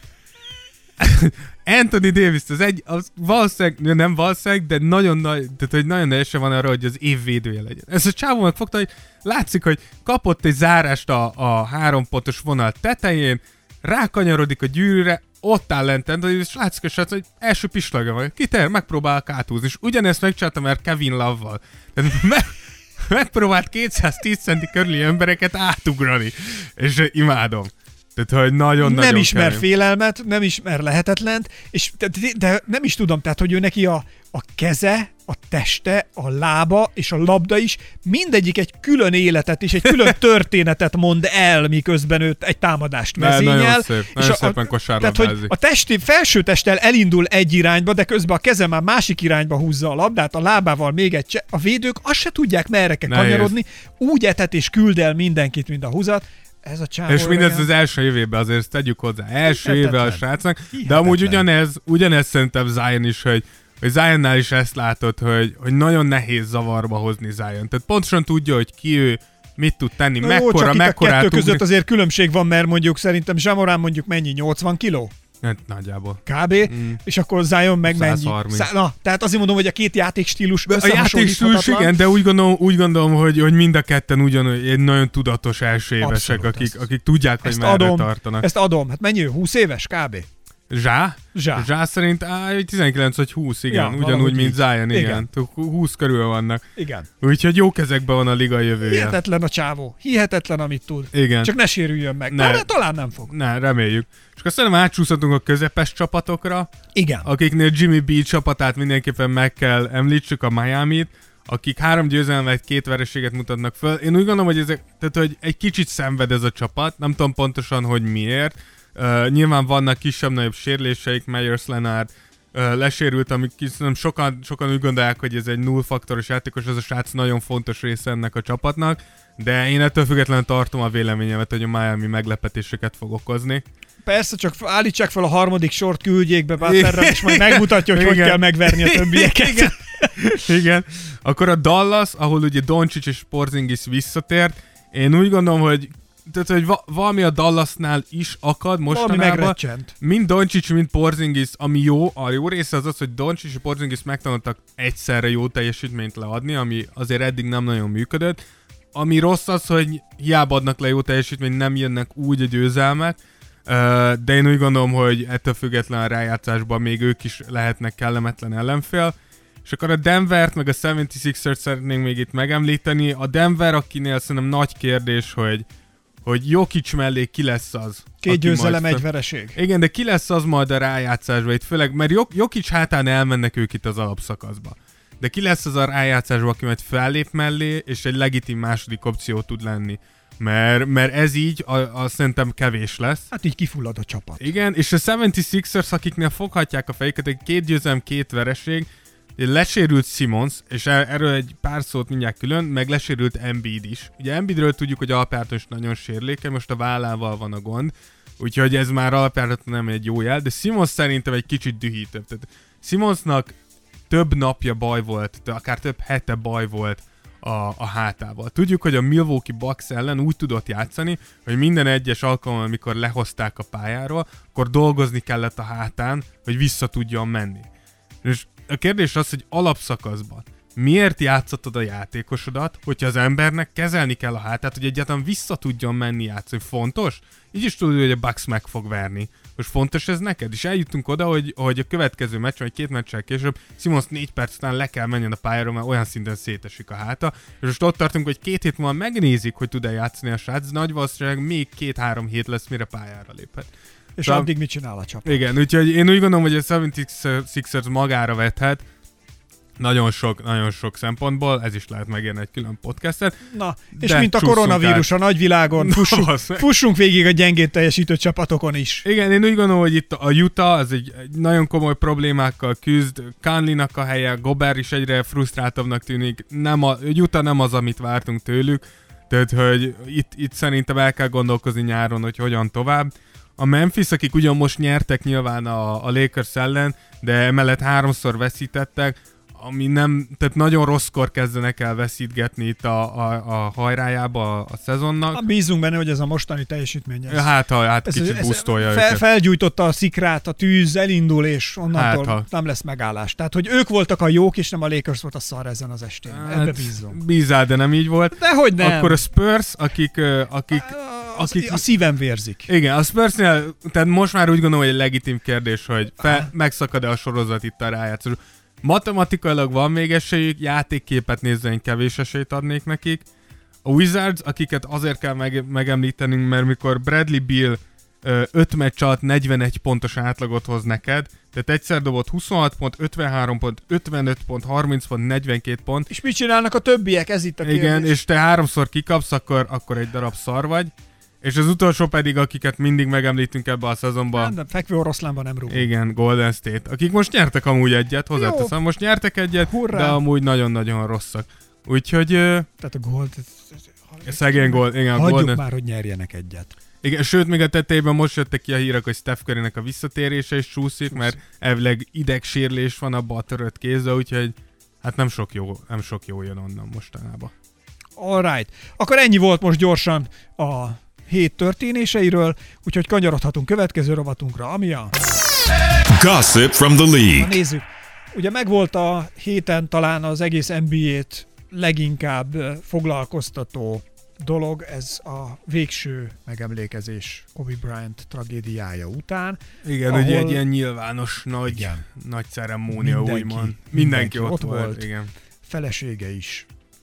Anthony Davis, az egy, az valószínűleg, nem valószínűleg, de nagyon nagy, tehát hogy nagyon nagy esély van arra, hogy az év védője legyen. Ez a csávó megfogta, hogy látszik, hogy kapott egy zárást a, a három pontos vonal tetején, rákanyarodik a gyűrűre, ott áll lent, és látszik a srác, hogy első pislagja van. Kiter, megpróbál átúzni, és ugyanezt megcsináltam már Kevin Love-val. Tehát meg, megpróbált kétszáztíz centi körüli embereket átugrani, és imádom. Tehát, hogy nagyon-nagyon nem ismer kemény. félelmet, nem ismer lehetetlent, és de, de, de nem is tudom, tehát, hogy ő neki a, a keze, a teste, a lába és a labda is, mindegyik egy külön életet és egy külön történetet mond el, miközben őt egy támadást vezényel. Nagyon szép, nagyon és a, szépen kosárlabdázik. Tehát, hogy a testi, felső testtel elindul egy irányba, de közben a keze már másik irányba húzza a labdát, a lábával még egy cse- a védők azt se tudják, merre kell kanyarodni, úgy etet és küld el mindenkit, mint a húzat. Ez a csávó. És mindez az első évében, azért ezt tegyük hozzá. Első éve a srácnak, de amúgy ugyanez, ugyanez szerintem Zion is, hogy, hogy Zionnál is ezt látod, hogy, hogy nagyon nehéz zavarba hozni Zion. Tehát pontosan tudja, hogy ki ő, mit tud tenni, no, mekkora, csak mekkorát itt a kettő között azért különbség van, mert mondjuk szerintem Ja Morant mondjuk mennyi, nyolcvan kiló? Hát nagyjából. Kb. Mm. És akkor Zion meg mennyi? százharminc. Na, tehát azért mondom, hogy a két játékstílus A játékstílus, igen, de úgy gondolom, úgy gondolom hogy, hogy mind a ketten ugyanúgy egy nagyon tudatos első évesek, akik, akik tudják, hogy merre adom, tartanak. Ezt adom. Hát mennyi ő? húsz éves kb? Zsá? Zsá. Zsá szerint á, tizenkilenc vagy húsz, igen. Ja, ugyanúgy, mint így. Zion, igen. Igen. húsz körül vannak. Igen. Úgyhogy jó kezekben van a liga jövője. Hihetetlen a csávó. Hihetetlen, amit tud. Igen. Csak ne sérüljön meg. Ne. Ne. Talán nem fog. Ne, reméljük. És akkor szerintem átcsúszhatunk a közepes csapatokra, Igen. akiknél Jimmy B csapatát mindenképpen meg kell említsük, a Miamit, akik három győzelmet, két vereséget mutatnak föl. Én úgy gondolom, hogy, ezek, tehát, hogy egy kicsit szenved ez a csapat, nem tudom pontosan, hogy miért. Uh, nyilván vannak kisebb-nagyobb sérüléseik, Meyers Leonard uh, lesérült, amik szerintem sokan, sokan úgy gondolják, hogy ez egy null-faktoros játékos, ez a srác nagyon fontos része ennek a csapatnak, de én ettől függetlenül tartom a véleményemet, hogy a Miami meglepetéseket fog okozni. Persze, csak állítsák fel a harmadik sort, küldjék be Butlerrel, és majd megmutatja, hogy Igen. hogy kell megverni a többieket. Igen. Igen. Akkor a Dallas, ahol ugye Doncic és Porzingis visszatért, én úgy gondolom, hogy tehát, hogy va- valami a Dallasnál is akad mostanában. Mind Doncic, mind Porzingis, ami jó, a jó része az az, hogy Doncic és Porzingis megtanultak egyszerre jó teljesítményt leadni, ami azért eddig nem nagyon működött. Ami rossz az, hogy hiába adnak le jó teljesítményt, nem jönnek úgy a győzelmek, de én úgy gondolom, hogy ettől független a rájátszásban még ők is lehetnek kellemetlen ellenfél. És akkor a Denvert meg a hetvenhatos-ert szeretnénk még itt megemlíteni. A Denver, akinél szerintem nagy kérdés, hogy hogy Jokic mellé ki lesz az. Két győzelem, egy vereség. Igen, de ki lesz az majd a rájátszásban itt, főleg, mert Jok- Jokic hátán elmennek ők itt az alapszakaszba. De ki lesz az a rájátszásban, aki majd fellép mellé, és egy legitim második opció tud lenni. Mert, mert ez így, a, a szerintem kevés lesz. Hát így kifullad a csapat. Igen, és a hetvenhatos-ers, akiknél foghatják a fejüket, egy két győzelem, két vereség, lesérült Simmons, és erről egy pár szót mindjárt külön, meg lesérült Embiid is. Ugye Embiidről tudjuk, hogy alapjáraton is nagyon sérülékeny, most a vállával van a gond, úgyhogy ez már alapjáraton nem egy jó jel, de Simmons szerintem egy kicsit dühítőbb. Tehát Simmonsnak több napja baj volt, akár több hete baj volt a, a hátával. Tudjuk, hogy a Milwaukee Bucks ellen úgy tudott játszani, hogy minden egyes alkalommal, amikor lehozták a pályáról, akkor dolgozni kellett a hátán, hogy vissza tudjon menni. És a kérdés az, hogy alapszakaszban miért játszatod a játékosodat, hogyha az embernek kezelni kell a hátát, hogy egyáltalán vissza tudjon menni játszani. Fontos? Így is tudod, hogy a Bucks meg fog verni. Most fontos ez neked? És eljutunk oda, hogy, hogy a következő meccs, vagy két meccsel később Simmons négy perc után le kell menjen a pályáról, mert olyan szinten szétesik a háta. És most ott tartunk, hogy két hét múlva megnézik, hogy tud-e játszani a srác, nagy valószínűleg még két-három hét lesz, mire pályára léphet. És szóval, addig mit csinál a csapat? Igen, úgyhogy én úgy gondolom, hogy a hetvenhatos-ers magára vethet, nagyon sok, nagyon sok szempontból, ez is lehet megérni egy külön podcastet. Na, és mint a koronavírus át a nagyvilágon, fussunk, fussunk végig a gyengén teljesítő csapatokon is. Igen, én úgy gondolom, hogy itt a Utah az egy, egy nagyon komoly problémákkal küzd, Conley-nak a helye, Gobert is egyre frusztráltabbnak tűnik, nem a, Utah nem az, amit vártunk tőlük, tehát hogy itt, itt szerintem el kell gondolkozni nyáron, hogy hogyan tovább. A Memphis, akik ugyan most nyertek nyilván a, a Lakers ellen, de emellett háromszor veszítettek, ami nem, tehát nagyon rosszkor kezdenek el veszítgetni itt a, a, a hajrájába a, a szezonnak. Ha bízunk benne, hogy ez a mostani teljesítmény. Ez, hát, ha, hát ez, kicsit busztolja fel, őket. Felgyújtotta a szikrát, a tűz, elindul, és onnantól hát, nem lesz megállás. Tehát, hogy ők voltak a jók, és nem a Lakers volt a szar ezen az estén. Hát, ebbe bízunk. Bízál, de nem így volt. Dehogy nem. Akkor a Spurs, akik... akik akik... A szívem vérzik. Igen, a Spursnél, tehát most már úgy gondolom, hogy egy legitim kérdés, hogy fel, megszakad-e a sorozat itt a rájátszás. Matematikailag van még esélyük, játékképet nézve én kevés esélyt adnék nekik. A Wizards, akiket azért kell meg- megemlítenünk, mert mikor Bradley Beal öt meccs alatt negyvenegy pontos átlagot hoz neked, tehát egyszer dobott huszonhat pont, ötvenhárom pont, ötvenöt pont, harminc pont, negyvenkét pont. És mit csinálnak a többiek? Ez itt a kérdés. Igen, és te háromszor kikapsz, akkor, akkor egy darab szar vagy. És az utolsó pedig, akiket mindig megemlítünk ebbe a szezonban. Nem, de fekvő oroszlánban nem rúgunk. Igen, Golden State. Akik most nyertek amúgy egyet, hozzáteszem, most nyertek egyet, Hurrá. De amúgy nagyon-nagyon rosszak. Úgyhogy... Tehát a Gold... Szegény Gold, igen. Hagyjuk Golden... már, hogy nyerjenek egyet. Igen, sőt, még a tetejében most jöttek ki a hírek, hogy Steph Currynek a visszatérése is csúszik, mert elvileg idegsérlés van abba a törött kézzel, úgyhogy hát nem sok jó, nem sok jó jön onnan mostanában. Alright. Akkor ennyi volt most gyorsan a hét történéseiről, úgyhogy kanyarodhatunk következő rovatunkra, ami a... Gossip from the League. Na nézzük. Ugye megvolt a héten talán az egész en bé á-t leginkább foglalkoztató dolog, ez a végső megemlékezés Kobe Bryant tragédiája után. Igen, ahol... ugye egy ilyen nyilvános nagy, igen. nagy ceremónia, úgymond. Mindenki, mindenki ott, ott volt. volt. Igen. Felesége is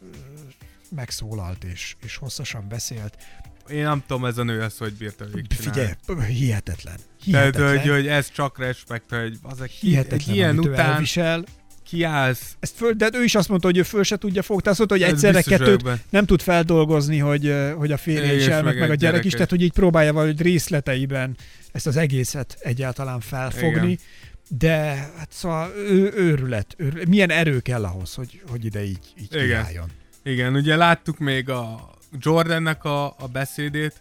megszólalt és, és hosszasan beszélt. Én nem tudom, ez a nő ezt, hogy bírta végigcsinálni. Figyelj, hihetetlen. hihetetlen. Tehát, hogy, hogy ez csak respekt, hogy az egy hihetetlen, ilyen amit után ő elvisel. Kiállsz. Ezt föl, de ő is azt mondta, hogy ő föl se tudja fogni. Tehát azt mondta, hogy egyszerre kettőt ebben nem tud feldolgozni, hogy, hogy a férje is elment, meg, meg a gyerek, gyerek is. Tehát, hogy így próbálja valahogy részleteiben ezt az egészet egyáltalán felfogni. Igen. De hát szóval ő, őrület, őrület. Milyen erő kell ahhoz, hogy, hogy ide így, így kiálljon. Igen, ugye láttuk még a Jordannek a, a beszédét,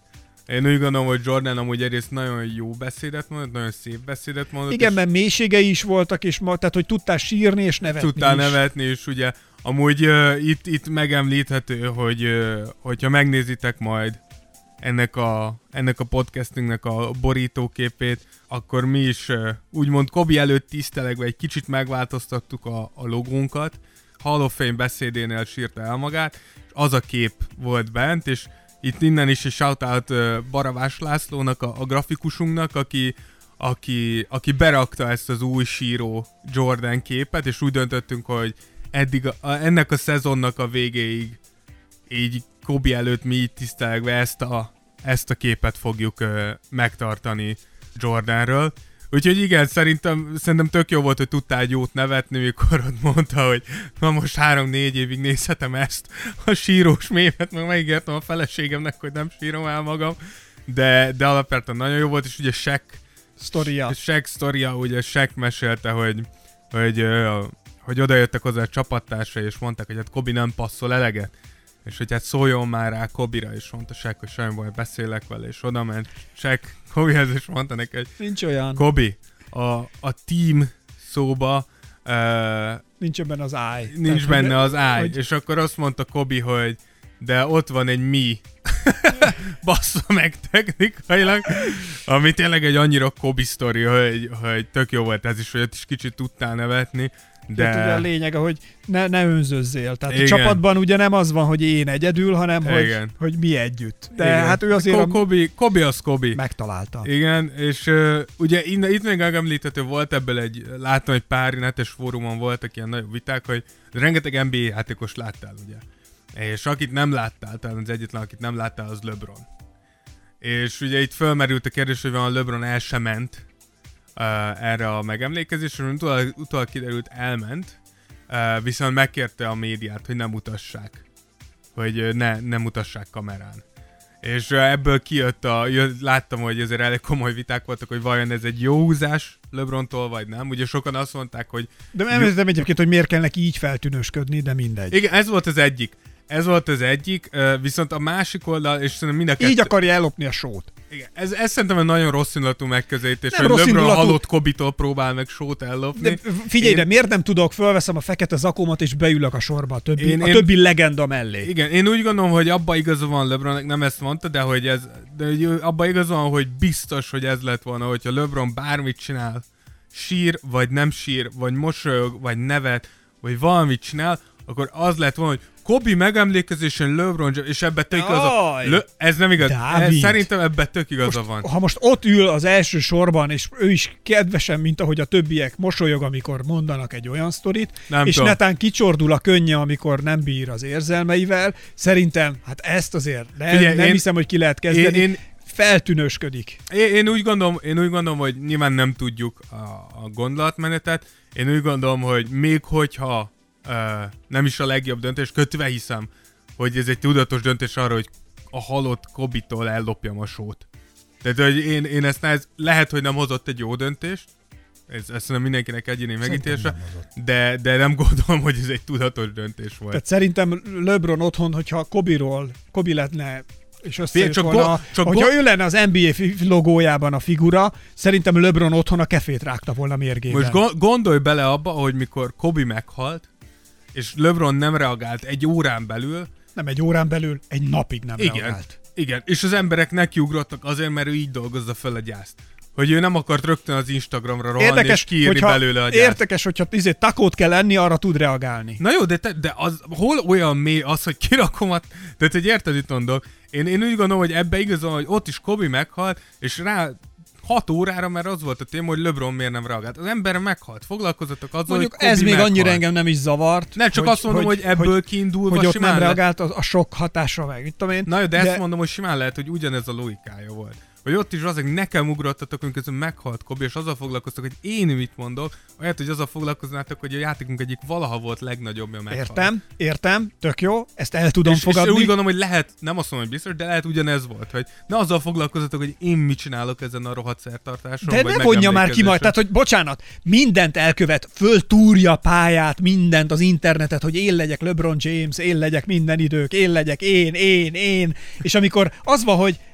Én úgy gondolom, hogy Jordan amúgy egyrészt nagyon jó beszédet mondott, nagyon szép beszédet mondott. Igen, mert mélységei is voltak, és ma, tehát hogy tudtál sírni és nevetni Tudtál is. nevetni, és ugye amúgy uh, itt, itt megemlíthető, hogy uh, hogyha megnézitek majd ennek a, ennek a podcastünknek a borítóképét, akkor mi is uh, úgymond Kobe előtt tisztelegve egy kicsit megváltoztattuk a, a logónkat. Hall of Fame beszédénél sírta el magát, és az a kép volt bent, és itt innen is egy shoutout uh, Baravás Lászlónak, a, a grafikusunknak, aki, aki, aki berakta ezt az új síró Jordan képet, és úgy döntöttünk, hogy eddig a, a, ennek a szezonnak a végéig így Kobe előtt mi így tisztelegve ezt a, ezt a képet fogjuk uh, megtartani Jordanről. Úgyhogy igen, szerintem, szerintem tök jó volt, hogy tudtál egy jót nevetni, mikor ott mondta, hogy na most három-négy évig nézhetem ezt a sírós mémet, meg megígértem a feleségemnek, hogy nem sírom el magam, de, de alapvetően nagyon jó volt, és ugye Shaq sztoria. Shaq sztoria, ugye Shaq mesélte, hogy, hogy, hogy odajöttek hozzá a csapattársai, és mondták, hogy hát Kobe nem passzol eleget, és hogy hát szóljon már rá Kobe-ra, és mondta Shaq, hogy semmi baj, beszélek vele, és oda ment Shaq Kobe-hez, és mondta neki, hogy nincs olyan. Kobe, a, a team szóba uh, nincs benne az I. Nincs Tehát, benne az I, hogy... és akkor azt mondta Kobe, hogy de ott van egy mi. Bassza meg technikailag, ami tényleg egy annyira Kobe sztori, hogy, hogy tök jó volt ez is, hogy ott is kicsit tudtál nevetni. De ugye a lényege, hogy ne, ne önzözzél. Tehát igen. A csapatban ugye nem az van, hogy én egyedül, hanem hogy, hogy mi együtt. De igen. hát ő azért... Ko- Kobe, Kobe az Kobe. Megtalálta. Igen, és uh, ugye innen, itt még megemlíthető volt ebből egy, láttam, egy pár netes fórumon voltak ilyen nagyobb viták, hogy rengeteg en bé á játékos láttál, ugye. És akit nem láttál, talán az egyetlen, akit nem láttál, az LeBron. És ugye itt fölmerült a kérdés, hogy van a LeBron el sem ment uh, erre a megemlékezésre, utólag, utólag kiderült, elment, uh, viszont megkérte a médiát, hogy nem mutassák, hogy ne, ne mutassák kamerán. És uh, ebből kijött a, jött, láttam, hogy azért elég komoly viták voltak, hogy vajon ez egy jó húzás LeBrontól, vagy nem. Ugye sokan azt mondták, hogy... De nem értem egyébként, hogy miért kell neki így feltűnősködni, de mindegy. Igen, ez volt az egyik. Ez volt az egyik, viszont a másik oldal, és szerintem mind a kettő... Így akarja ellopni a sót. Igen, ez, ez szerintem egy nagyon rossz indulatú megközelítés, nem hogy LeBron indulatú... halott Kobe-tól próbál meg sót ellopni. De figyelj, én... de miért nem tudok, fölveszem a fekete zakómat és beülök a sorba a többi, én, a én... többi legenda mellé. Igen, én úgy gondolom, hogy abba igaza van LeBronnak, nem ezt mondta, de hogy ez, de hogy abba igaza van, hogy biztos, hogy ez lett volna, hogyha LeBron bármit csinál, sír, vagy nem sír, vagy mosolyog, vagy nevet, vagy valamit csinál, akkor az lett volna, hogy Kobe megemlékezésen LeBron, és ebben tök igaza. Le, ez nem igaz. Ez, szerintem ebben tök igaza most, van. Ha most ott ül az első sorban, és ő is kedvesen, mint ahogy a többiek mosolyog, amikor mondanak egy olyan sztorit, nem és tudom. Netán kicsordul a könnye, amikor nem bír az érzelmeivel, szerintem, hát ezt azért nem, Figyelj, nem én, hiszem, hogy ki lehet kezdeni. Én, én, feltűnősködik. Én, én, úgy gondolom, én úgy gondolom, hogy nyilván nem tudjuk a, a gondolatmenetet. Én úgy gondolom, hogy még hogyha uh, nem is a legjobb döntés, kötve hiszem, hogy ez egy tudatos döntés arra, hogy a halott Kobe-tól ellopjam a sót. Tehát, hogy én, én ezt nehez, lehet, hogy nem hozott egy jó döntést, ez, ezt nem mindenkinek egyéni megítélése, de, de nem gondolom, hogy ez egy tudatos döntés volt. Tehát szerintem LeBron otthon, hogyha Kobe-ról, Kobe lenne és összejött csak volna, go- csak hogyha go- ő lenne az en bé á logójában a figura, szerintem LeBron otthon a kefét rágta volna mérgében. Most go- gondolj bele abba, hogy mikor Kobe meghalt, és LeBron nem reagált egy órán belül. Nem egy órán belül, egy napig nem igen, reagált. Igen, és az emberek nekiugrottak azért, mert ő így dolgozza fel a gyászt. Hogy ő nem akart rögtön az Instagramra rohanni érdekes, és kiírni belőle a gyászt. Érdekes, hogyha izé, takót kell enni, arra tud reagálni. Na jó, de, te, de az, hol olyan mély az, hogy kirakom a... De hogy érted, itt mondok. Én, én úgy gondolom, hogy ebbe igazán, hogy ott is Kobe meghalt, és rá hat órára, mert az volt a téma, hogy LeBron miért nem reagált. Az ember meghalt. Foglalkozzatok azzal, mondjuk hogy Kobe ez még meghalt. annyira engem nem is zavart. Nem, csak hogy, azt mondom, hogy, hogy ebből hogy, kiindulva hogy ott simán nem le... reagált a, a sok hatásra meg. Mit tudom én. Na jó, de, de ezt mondom, hogy simán lehet, hogy ugyanez a logikája volt. Hogy ott is az, hogy nekem ugrottatok, amikor meghalt Kobe, és azzal foglalkoztak, hogy én mit mondok, olyat, hogy azzal foglalkoznátok, hogy a játékunk egyik valaha volt legnagyobbja meghalt. Értem, értem, tök jó, ezt el tudom és, fogadni. És úgy gondolom, hogy lehet, nem azt mondom, hogy biztos, de lehet ugyanez volt, hogy ne azzal foglalkozzatok, hogy én mit csinálok ezen a rohadt szertartáson. De ne vonja már ki majd, tehát hogy bocsánat, mindent elkövet, föltúrja pályát, mindent az internetet, hogy én legyek LeBron James, én legyek minden idők, én legyek én, én, én, és amikor az van, hogy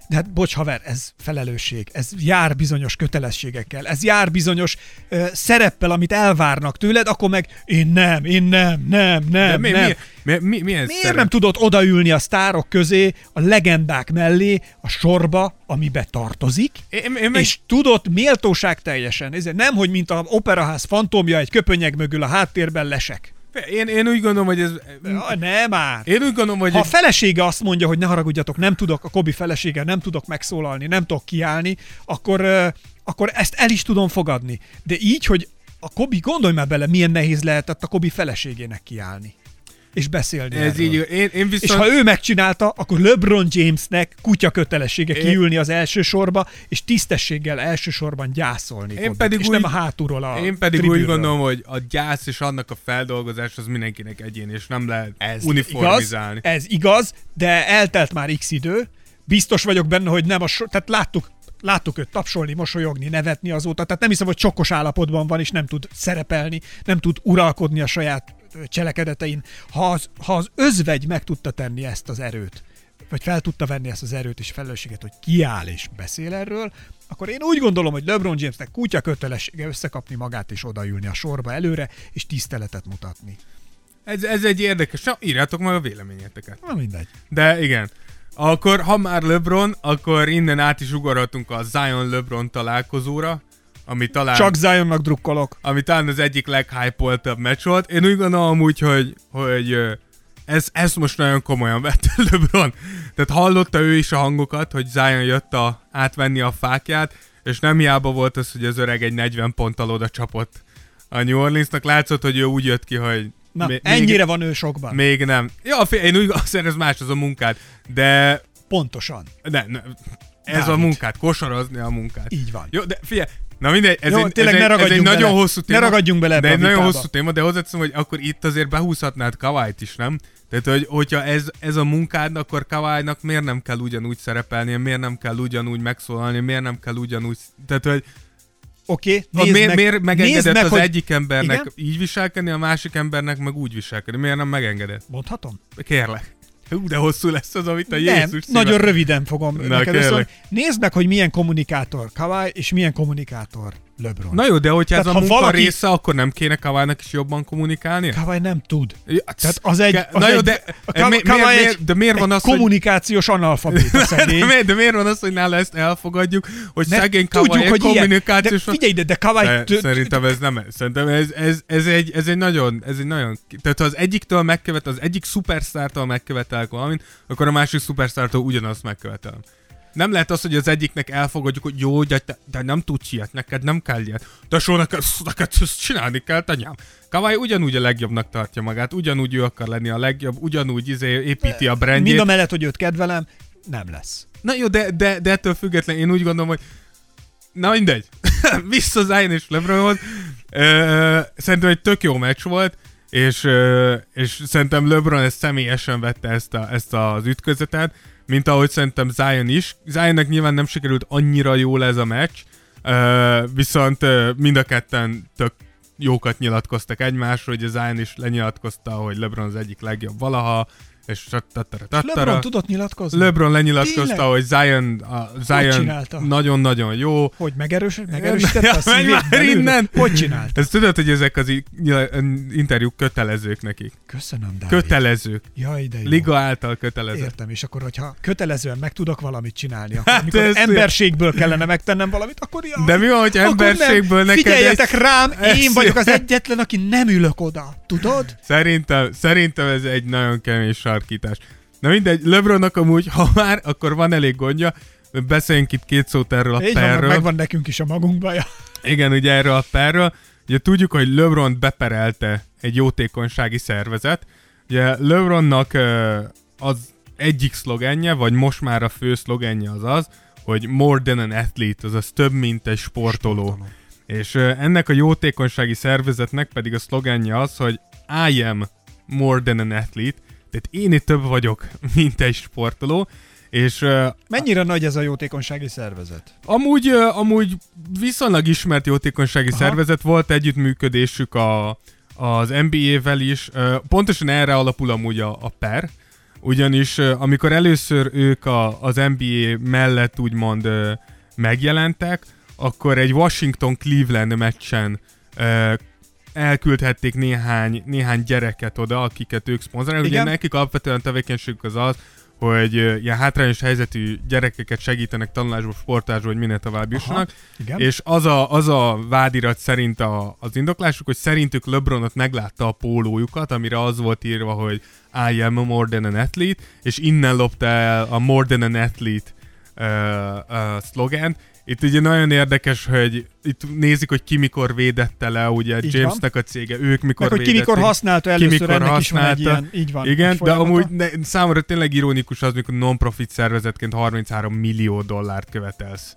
de hát bocs haver, ez felelősség, ez jár bizonyos kötelességekkel, ez jár bizonyos ö, szereppel, amit elvárnak tőled, akkor meg én nem, én nem, nem, nem, mi, nem. Mi, mi, mi, mi ez Miért szerep? nem tudod odaülni a sztárok közé, a legendák mellé, a sorba, amibe tartozik, Én, én meg... és tudod méltóság teljesen, ezért nem, hogy mint a operaház fantomja egy köpönyeg mögül a háttérben lesek. Én, én úgy gondolom, hogy ez... Ja, nem már. Én úgy gondolom, hogy... Ha a felesége azt mondja, hogy ne haragudjatok, nem tudok, a Kobi felesége, nem tudok megszólalni, nem tudok kiállni, akkor, uh, akkor ezt el is tudom fogadni. De így, hogy a Kobi, gondolj már bele, milyen nehéz lehetett a Kobi feleségének kiállni. És beszélni Ez erről. így, én, én viszont... És ha ő megcsinálta, akkor LeBron Jamesnek kutya kötelessége Én- kiülni az első sorba, és tisztességgel elsősorban gyászolni. Én Kobit, pedig és úgy- nem a hátulról a Én pedig tribűnről. úgy gondolom, hogy a gyász és annak a feldolgozás az mindenkinek egyén, és nem lehet Ez uniformizálni. Igaz, ez igaz, de eltelt már x idő. Biztos vagyok benne, hogy nem a so- tehát láttuk, láttuk őt tapsolni, mosolyogni, nevetni azóta. Tehát nem hiszem, hogy csokkos állapotban van, és nem tud szerepelni, nem tud uralkodni a saját ö, cselekedetein. Ha az, ha az özvegy meg tudta tenni ezt az erőt, vagy fel tudta venni ezt az erőt és felelősséget, hogy kiáll és beszél erről, akkor én úgy gondolom, hogy LeBron Jamesnek kutya kötelessége összekapni magát és odaülni a sorba előre, és tiszteletet mutatni. Ez, ez egy érdekes. Na, írjátok meg a véleményeteket. Na mindegy. De igen. Akkor, ha már LeBron, akkor innen át is ugorhatunk a Zion-LeBron találkozóra, ami talán, Csak Zionnak drukkolok. ami talán az egyik leghype-oltabb meccs volt. Én úgy gondolom amúgy, hogy, hogy ö, ez, ezt most nagyon komolyan vette LeBron. Tehát hallotta ő is a hangokat, hogy Zion jött a, átvenni a fákját, és nem hiába volt az, hogy az öreg egy negyven ponttal oda csapott a New Orleansnak. Látszott, hogy ő úgy jött ki, hogy Na, még- ennyire van ő sokban. Még nem. Ja, fél, én úgy azt ez más az a munkád, de Pontosan. ne, ne, ez Dávid. a munkát, kosarazni a munkát. Így van. Jó, de figyelj, na mindegy, ez, Jó, egy, tényleg ez, ne egy, ez egy ragadjunk nagyon bele. hosszú téma. Ne ragadjunk bele ebbe de a egy nagyon vitába. hosszú téma, de hozzáteszem, hogy akkor itt azért behúzhatnád Kawait is, nem? Tehát, hogy, hogyha ez, ez a munkád, akkor Kawainak miért nem kell ugyanúgy szerepelnie, miért nem kell ugyanúgy megszólalni, miért nem kell ugyanúgy... Tehát, hogy Oké, ha nézd miért, meg, miért megengedett nézd meg, az hogy... egyik embernek Igen? így viselkedni, a másik embernek meg úgy viselkedni? Miért nem megengedett? Mondhatom? Kérlek. Hú, de hosszú lesz az, amit a Nem, Jézus szíve. nagyon röviden fogom Na, neked kérlek. összeadni. Nézd meg, hogy milyen kommunikátor Kawhi, és milyen kommunikátor LeBron. Na jó, de hogyha Tehát ez a ha munka valaki- része, akkor nem kéne Kawainak is jobban kommunikálnia? Kawhi nem tud. Ja, Tehát az egy... Ke- Az Na jó, egy, de, a de, mi, Kawhi miért, egy- miért, de miért van egy az, hogy... kommunikációs analfabéta De, szegény. miért, de miért van az, hogy nála ezt elfogadjuk, hogy Mert szegény Kawhi tudjuk, egy hogy ilyen. De kommunikációs... figyelj, de, de Kawhi... De, t- szerintem ez nem, szerintem ez, ez, ez, egy, ez egy nagyon, ez egy nagyon, tehát ha az egyiktől megkövet, az egyik szupersztártól megkövetelek valamit, akkor a másik szupersztártól ugyanazt megkövetelem. Nem lehet az, hogy az egyiknek elfogadjuk, hogy jó, de, te, de nem tudsz ilyet, neked nem kell ilyet. De soha neked, neked ezt csinálni kell, tanyám. Kawhi ugyanúgy a legjobbnak tartja magát, ugyanúgy ő akar lenni a legjobb, ugyanúgy izé építi a brandjét. Mind a mellett, hogy őt kedvelem, nem lesz. Na jó, de, de, de ettől függetlenül én úgy gondolom, hogy na mindegy. Vissza Zion és LeBronhoz. Ö, Szerintem egy tök jó meccs volt, és, ö, és szerintem LeBron ezt személyesen vette ezt, a, ezt az ütközetet, mint ahogy szerintem Zion is. Zionnek nyilván nem sikerült annyira jól ez a meccs, ö, viszont ö, mind a ketten tök jókat nyilatkoztak egymásról, hogy a Zion is lenyilatkozta, hogy LeBron az egyik legjobb valaha, és És LeBron tudott nyilatkozni? LeBron lenyilatkozta, Tényleg? hogy Zion, a Zion csinálta? nagyon-nagyon jó. Hogy megerős, megerősítette Ja, a szívét menj már belőle? innen! Hogy csinálta? Ezt tudod, hogy ezek az i- nyila- interjúk kötelezők nekik. Köszönöm, Dávid. Kötelezők. Jaj, de jó. Liga által kötelező. Értem, és akkor, hogyha kötelezően meg tudok valamit csinálni, akkor Hát amikor ez- emberségből kellene megtennem valamit, akkor jaj, De mi van, hogy akkor emberségből nem. neked Figyeljetek egy... rám, én Ez- vagyok az egyetlen, aki nem ülök oda. Tudod? Szerintem, szerintem ez egy nagyon kemény sarkítás. Na mindegy, LeBronnak amúgy, ha már, akkor van elég gondja. Beszéljünk itt két szót erről a Így van, meg perről. megvan nekünk is a magunk baja. Igen, ugye erről a perről. Ugye tudjuk, hogy LeBron beperelte egy jótékonysági szervezet. Ugye LeBronnak uh, az egyik szlogenje, vagy most már a fő szlogenje az az, hogy more than an athlete, azaz több, mint egy sportoló. Sportoló. És uh, ennek a jótékonysági szervezetnek pedig a szlogenje az, hogy I am more than an athlete, tehát én több vagyok, mint egy sportoló, és uh, Mennyire nagy ez a jótékonysági szervezet? amúgy, uh, amúgy viszonylag ismert jótékonysági Aha. szervezet, volt együttműködésük a, az en bé á-vel is, uh, pontosan erre alapul amúgy a, a per, ugyanis amikor először ők a, az en bé á mellett úgymond megjelentek, akkor egy Washington-Cleveland meccsen elküldhették néhány, néhány gyereket oda, akiket ők szponzorálnak. Ugye nekik alapvetően tevékenységük az az, hogy ilyen hátrányos helyzetű gyerekeket segítenek tanulásból, sportásból, hogy minél tovább jussanak. És az a, az a vádirat szerint a, az indoklásuk, hogy szerintük LeBronot meglátta a pólójukat, amire az volt írva, hogy I am a more than an athlete, és innen lopta el a more than an athlete uh, uh, szlogent. Itt ugye nagyon érdekes, hogy itt nézik, hogy ki mikor védette le, ugye így Jamesnek van. A cége, ők mikor védették. Ki mikor használta először, ki mikor ennek használta. Is van egy ilyen, így van. Igen, de amúgy ne, számomra tényleg ironikus az, mikor non-profit szervezetként harminchárom millió dollárt követelsz.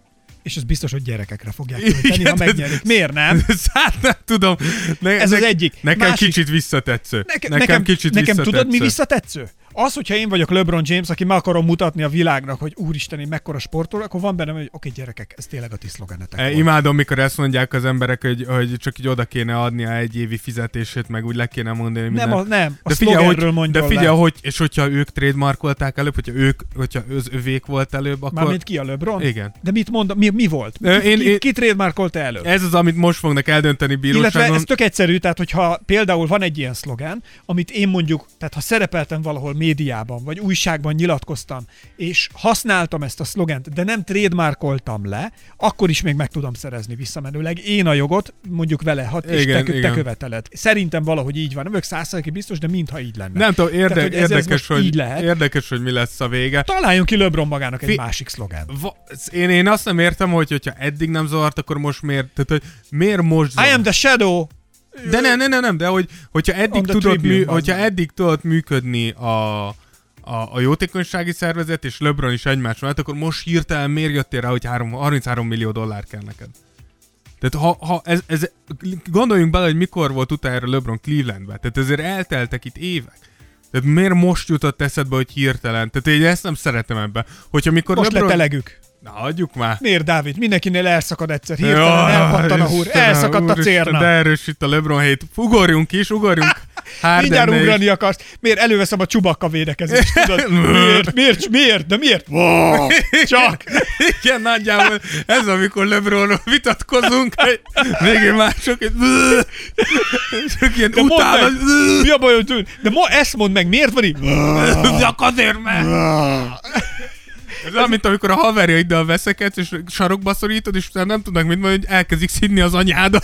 És ez biztos, hogy gyerekekre fogják költeni, ha megnyerik. Miért nem? Hát nem tudom. Ne, ez ne, az egyik. Nekem Másik... kicsit visszatetsző. Neke, nekem, nekem kicsit nekem visszatetsző. Tudod, mi visszatetsző? Az, hogyha én vagyok LeBron James, aki meg akarom mutatni a világnak, hogy úristen, én mekkora sportoló, akkor van bennem, hogy oké, gyerekek, ez tényleg a ti szlogenetek. E, imádom, mikor ezt mondják az emberek, hogy, hogy csak így oda kéne adnia egy évi fizetését, meg úgy le kéne mondani minden. Nem, a, nem, a de figyelj, hogy, mondjon de figyelj, hogy, és hogyha ők trademarkolták előbb, hogyha ők, hogyha az övék volt előbb, akkor... Mármint ki a LeBron? Igen. De mit mond, mi, mi volt? Ki, én, ki, ki trademarkolta előbb? Ez az, amit most fognak eldönteni bíróságon. Illetve ez tök egyszerű, tehát hogyha például van egy ilyen szlogán, amit én mondjuk, tehát ha szerepeltem valahol médiában, vagy újságban nyilatkoztam, és használtam ezt a szlogent, de nem trademarkoltam le, akkor is még meg tudom szerezni visszamenőleg én a jogot, mondjuk vele, ha és igen, te, igen. te követeled. Szerintem valahogy így van. Nem vagyok száz százalékig biztos, de mintha így lenne. Nem tudom, érde- Tehát, hogy érdekes, hogy, így lehet. érdekes, hogy mi lesz a vége. Találjon ki LeBron magának egy Fi- másik szlogán. Va- én, én azt nem értem, hogy hogyha eddig nem zavart, akkor most miért? Tehát, hogy miért most zavart? I am the shadow. De nem, nem, nem, nem, de hogy, hogyha eddig tudod, mű, hogyha eddig tudod működni a A, a jótékonysági szervezet és LeBron is egymás mellett, akkor most hirtelen miért jöttél rá, hogy harminchárom millió dollár kell neked? Tehát ha, ha ez, ez, gondoljunk bele, hogy mikor volt utána LeBron Clevelandben. Tehát ezért elteltek itt évek. Tehát miért most jutott eszedbe, hogy hirtelen? Tehát én ezt nem szeretem ebben. Hogyha mikor most LeBron... lett elegük. Na, hagyjuk már. Miért, Dávid? Mindenkinél elszakad egyszer. Hirtelen elpattan a húr. Elszakadt a cérna. De erős itt a LeBron hét. Ugorjunk is, ugorjunk. Mindjárt ugrani is. Akarsz. Miért előveszem a Chewbacca védekezést? Tudod? Miért? Miért? Miért? De miért? Wow. Csak. Igen, nagyjából ez amikor LeBronról vitatkozunk. Végén mások. Csak ilyen utána. Mi a baj, hogy de ma ezt mondd meg, miért van így? Csak azért, mert... Ez olyan, mint amikor a haverjaiddal veszekedsz, és sarokba szorítod, és utána nem tudnak mit mondani, hogy elkezdik szidni az anyádat.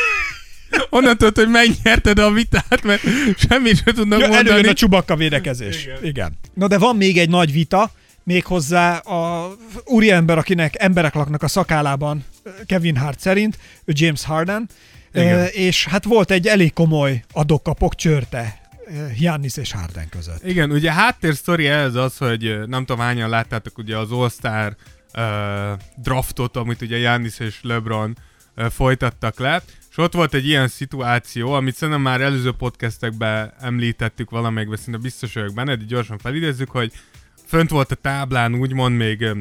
Onnan tudod, hogy megnyerted a vitát, mert semmit sem tudnak ja, mondani. Előjön a Chewbacca védekezés. Igen. Igen. Na de van még egy nagy vita, méghozzá a úriember, akinek emberek laknak a szakálában, Kevin Hart szerint, ő James Harden, e, és hát volt egy elég komoly adok-kapok csörte Giannis és Harden között. Igen, ugye háttérsztori ez az, hogy nem tudom hányan láttátok ugye az All-Star uh, draftot, amit ugye Giannis és LeBron uh, folytattak le, és ott volt egy ilyen szituáció, amit szerintem már előző podcastekben említettük valamelyikben, szinte biztos vagyok benne, de gyorsan felidézzük, hogy fönt volt a táblán úgymond még um,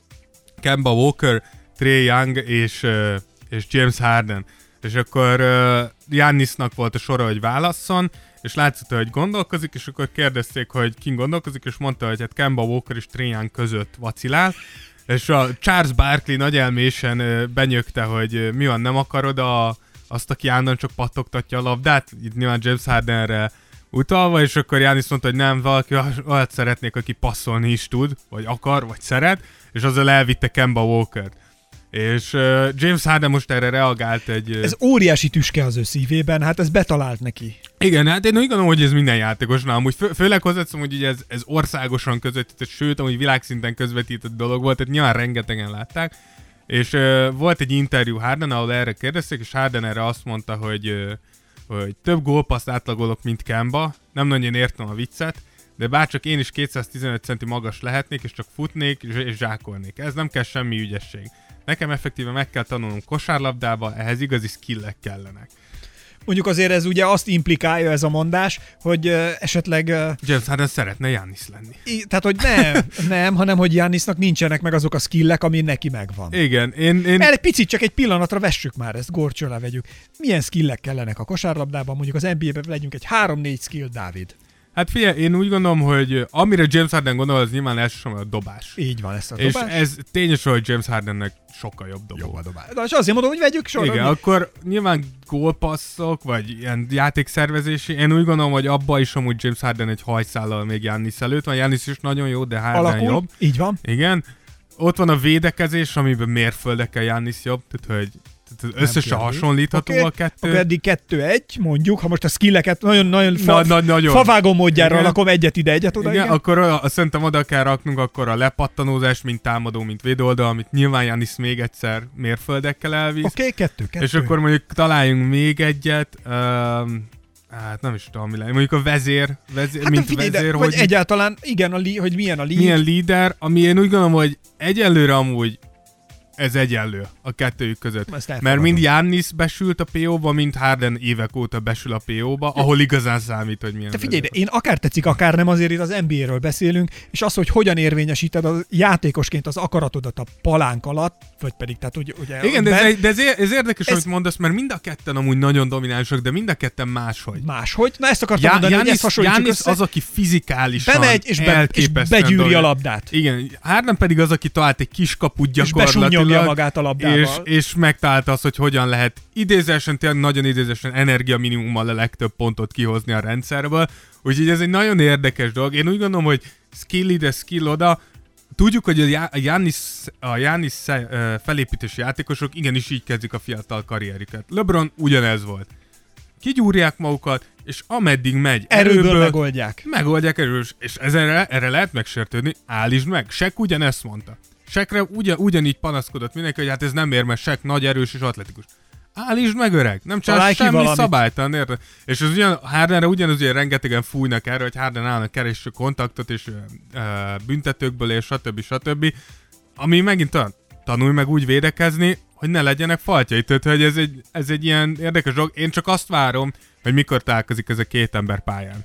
Kemba Walker, Trae Young és, uh, és James Harden. És akkor uh, Giannisnak volt a sora, hogy válasszon, és látszott, hogy gondolkozik, és akkor kérdezték, hogy ki gondolkozik, és mondta, hogy hát Kemba Walker és Trae Young között vacilál, és a Charles Barkley nagy elmésen benyögte, hogy mi van, nem akarod a, azt, aki állandóan csak pattogtatja a labdát, itt nyilván James Hardenre utalva, és akkor Giannis mondta, hogy nem, valaki olyat szeretnék, aki passzolni is tud, vagy akar, vagy szeret, és azzal elvitte Kemba Walkert. És uh, James Harden most erre reagált egy... Ez óriási tüske az ő szívében, hát ez betalált neki. Igen, hát én úgy gondolom, hogy ez minden játékosnál. Amúgy fő, főleg hozzátszom, hogy ugye ez, ez országosan közvetített, sőt, amúgy világszinten közvetített dolog volt, tehát nyilván rengetegen látták. És uh, volt egy interjú Harden, ahol erre kérdezték, és Harden erre azt mondta, hogy, uh, hogy több gólpaszt átlagolok, mint Kemba. Nem nagyon értem a viccet, de bárcsak én is kétszáztizenöt centi magas lehetnék, és csak futnék, és, és zsákolnék. Ez nem kell semmi ügyesség. Nekem effektíven meg kell tanulnom kosárlabdába, ehhez igazi skillek kellenek. Mondjuk azért ez ugye azt implikálja ez a mondás, hogy uh, esetleg... Uh, James Harden szeretne Giannis lenni. I- tehát, hogy nem, nem, hanem hogy Giannisnak nincsenek meg azok a skillek, ami neki megvan. Igen, én... én... El egy picit, csak egy pillanatra vessük már ezt, górcső alá vegyük. Milyen skillek kellenek a kosárlabdában, mondjuk az en bé á-ben legyünk egy három-négy skill, Dávid. Hát figyelj, én úgy gondolom, hogy amire James Harden gondol, az nyilván elsősorban a dobás. Így van, ezt a és dobás. ez tényes, hogy James Hardennek sokkal jobb dobó. Jobb a dobás. De és azért mondom, hogy vegyük sorra. Igen, akkor nyilván gólpasszok, vagy ilyen játékszervezési, én úgy gondolom, hogy abba is amúgy James Harden egy hajszállal még Giannis előtt van. Giannis is nagyon jó, de Harden alakul, jobb. Így van. Igen. Ott van a védekezés, amiben mérföldekkel Giannis jobb, tehát hogy tehát összesen hasonlítható okay. a kettő. Akkor eddig kettő egy, mondjuk, ha most a skilleket nagyon-nagyon fa, na, na, favágó módjára igen. rakom egyet ide, egyet oda. Igen, igen. akkor a, szerintem oda kell raknunk akkor a lepattanózás, mint támadó, mint védőoldal, amit nyilván Giannis még egyszer mérföldekkel elvisz. Oké, okay, kettő, kettő. És akkor mondjuk találjunk még egyet, um, hát nem is tudom, mi lehet. Mondjuk a vezér, vezér hát mint figyelj, vezér, de, hogy vagy egyáltalán, igen, a li, hogy milyen a lead. milyen líder, ami én úgy gondolom, hogy egyelőre amúgy ez egyenlő a kettőjük között. Mert mind Giannis besült a pé ó-ba, mind Harden évek óta besül a pé ó-ba, ahol igazán számít, hogy milyen. Te figyelj, de én akár tetszik, akár nem, azért itt az en bé á-ről beszélünk, és az, hogy hogyan érvényesíted a játékosként az akaratodat a palánk alatt, vagy pedig, tehát ugye... ugye igen, de, ez, de ez, ez érdekes, ez, amit mondasz, mert mind a ketten amúgy nagyon dominánsak, de mind a ketten máshogy. Máshogy? Na ezt akartam Já, mondani, Giannis, hogy ezt hasonlítsuk Giannis össze. az, aki fizikálisan bemegy, és, be, és begyűri a labdát. Igen, Harden pedig az, aki talált egy kiskaput gyakorlatilag. És magát a labdával. És, és megtalálta azt, hogy hogyan lehet idézésen, tényleg nagyon idézésen energia minimummal a legtöbb pontot kihozni a rendszerből. Úgyhogy ez egy nagyon érdekes dolog. Én úgy gondolom, hogy skill ide, skill oda. Tudjuk, hogy a Giannis, a Giannis felépítési játékosok igenis így kezdik a fiatal karrierüket. LeBron ugyanez volt. Kigyúrják magukat, és ameddig megy erőből, erőből megoldják. Megoldják erős, és ezzel, erre lehet megsértődni. Állítsd meg. Shaq ugyanezt mondta. Shaqre ugyan, ugyanígy panaszkodott mindenki, hogy hát ez nem ér, mert Shaq nagy, erős és atletikus. Állítsd meg, öreg! Nem csinálsz semmi szabálytalan, érted? És az ugyan, Hardenre ugyanaz, ugye rengetegen fújnak erre, hogy Harden állnak kereső kontaktot, és uh, büntetőkből, és stb. stb. Ami megint olyan, tanulj meg úgy védekezni, hogy ne legyenek faltjai. Tehát, hogy ez egy, ez egy ilyen érdekes dolog. Én csak azt várom, hogy mikor találkozik ez a két ember pályán.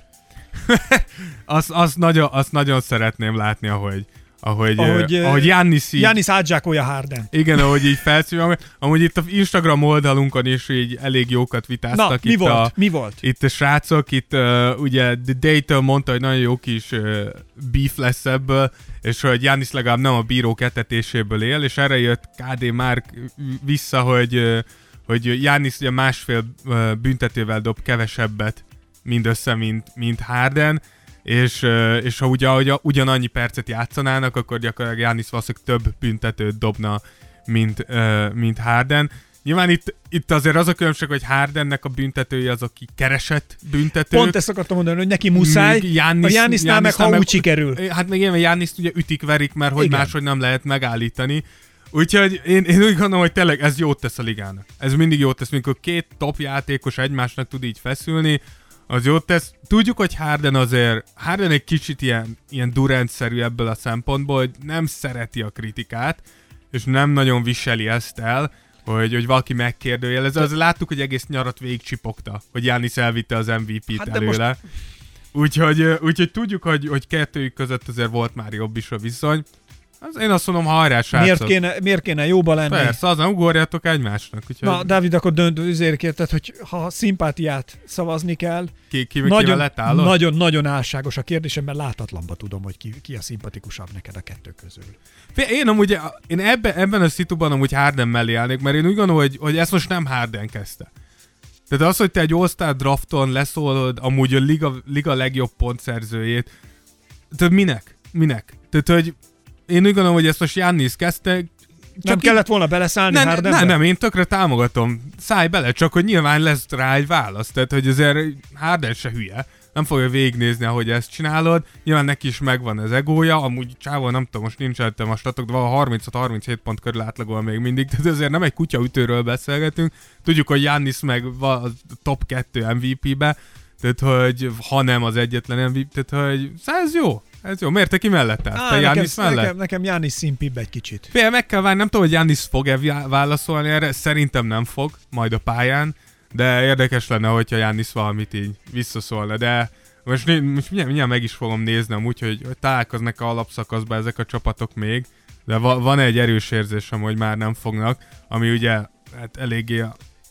azt, azt, nagyon, azt nagyon szeretném látni, ahogy Ahogy, ahogy, uh, ahogy Giannis így... Giannis átzsákolja Harden. Igen, ahogy így felszívja. Amúgy itt a Instagram oldalunkon is így elég jókat vitáztak. Na, itt mi volt? A, mi volt? Itt a srácok, itt uh, ugye The Dayton mondta, hogy nagyon jó kis uh, beef lesz ebből, és hogy Giannis legalább nem a bírók etetéséből él, és erre jött ká dé Márk vissza, hogy, uh, hogy Giannis ugye másfél uh, büntetővel dob kevesebbet mindössze, mint, mint Harden, És, és ha ugye, ugyanannyi percet játszanának, akkor gyakorlatilag Giannis valószínűleg több büntetőt dobna, mint, mint Harden. Nyilván itt, itt azért az a különbség, hogy Hardennek a büntetője az, aki keresett büntetők. Pont ezt akartam mondani, hogy neki muszáj, Giannis, a Giannisnál meg, ha meg, úgy sikerül. Hát meg ilyen, Giannist ugye ütik-verik, mert hogy igen, máshogy nem lehet megállítani. Úgyhogy én, én úgy gondolom, hogy tényleg ez jót tesz a ligának. Ez mindig jót tesz, amikor két top játékos egymásnak tud így feszülni, az jót tesz. Tudjuk, hogy Harden azért, Harden egy kicsit ilyen, ilyen Durant-szerű ebből a szempontból, hogy nem szereti a kritikát, és nem nagyon viseli ezt el, hogy, hogy valaki megkérdőjelezze. Azért láttuk, hogy egész nyarat végigcsipogta, hogy Giannis elvitte az em vé pét hát előle. Most... Úgyhogy, úgyhogy tudjuk, hogy, hogy kettőjük között azért volt már jobb is a viszony. Az én azt mondom, hajrá, srácok. Miért kéne, miért kéne jóba lenni? Persze, azon ugorjatok egymásnak. Úgyhogy... Na, Dávid, akkor dönt üzért kérted, hogy ha szimpátiát szavazni kell, ki, ki, nagyon, nagyon, nagyon álságos a kérdésem, mert látatlanba tudom, hogy ki, ki a szimpatikusabb neked a kettő közül. Én amúgy, én ebben, ebben a szituban amúgy Harden mellé állnék, mert én úgy gondolom, hogy, hogy ezt most nem Harden kezdte. Tehát az, hogy te egy All-Star drafton leszólod amúgy a liga, liga legjobb pontszerzőjét, tehát minek? Minek? Tehát, hogy én úgy gondolom, hogy ezt most Giannis kezdte. Nem kellett volna beleszállni Hardenbe? Nem, nem, én tökre támogatom. Szállj bele, csak hogy nyilván lesz rá egy válasz. Tehát, hogy azért Harden se hülye. Nem fogja végignézni, ahogy ezt csinálod. Nyilván neki is megvan az egója. Amúgy csávon, nem tudom, most nincs előttem a statok, de van harminchat-harminchét pont körül átlagol még mindig. Tehát azért nem egy kutyaütőről beszélgetünk. Tudjuk, hogy Giannis meg van a top kettő em vé pé-be. Tehát, hogy ha nem az egyetlen em vé pé, tehát, hogy ez jó. Ez jó, miért te ki mellett állsz? Te Giannis mellett? Nekem, nekem Giannis szimpibb egy kicsit. Fél, meg kell várni, nem tudom, hogy Giannis fog-e válaszolni erre, szerintem nem fog, majd a pályán, de érdekes lenne, hogyha Giannis valamit így visszaszólna, de most, most mindjárt, mindjárt meg is fogom nézni, úgyhogy hogy találkoznak a alapszakaszban ezek a csapatok még, de va, van egy erős érzésem, hogy már nem fognak, ami ugye hát eléggé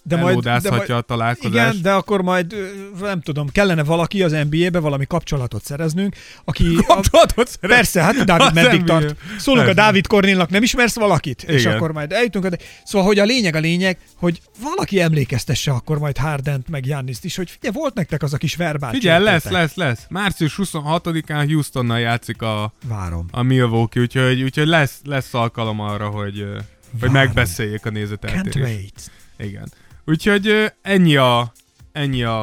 de majd, de majd, a találkozást. Igen, de akkor majd, nem tudom, kellene valaki az en bé á-be valami kapcsolatot szereznünk, aki... Kapcsolatot a, persze, hát Dávid meddig tart. Szólunk persze. A Dávid Kornélnak, nem ismersz valakit? Igen. És akkor majd eljutunk. Szóval, hogy a lényeg a lényeg, hogy valaki emlékeztesse akkor majd Hardent meg Gianniszt is, hogy figyelj, volt nektek az a kis verbál. Figyelj, lesz, lesz, lesz. március huszonhatodikán Houstonnal játszik a, Várom. a Milwaukee, úgyhogy, úgyhogy lesz, lesz alkalom arra, hogy, hogy megbeszéljék a nézeteltérést. Igen. Úgyhogy ennyi a, ennyi a,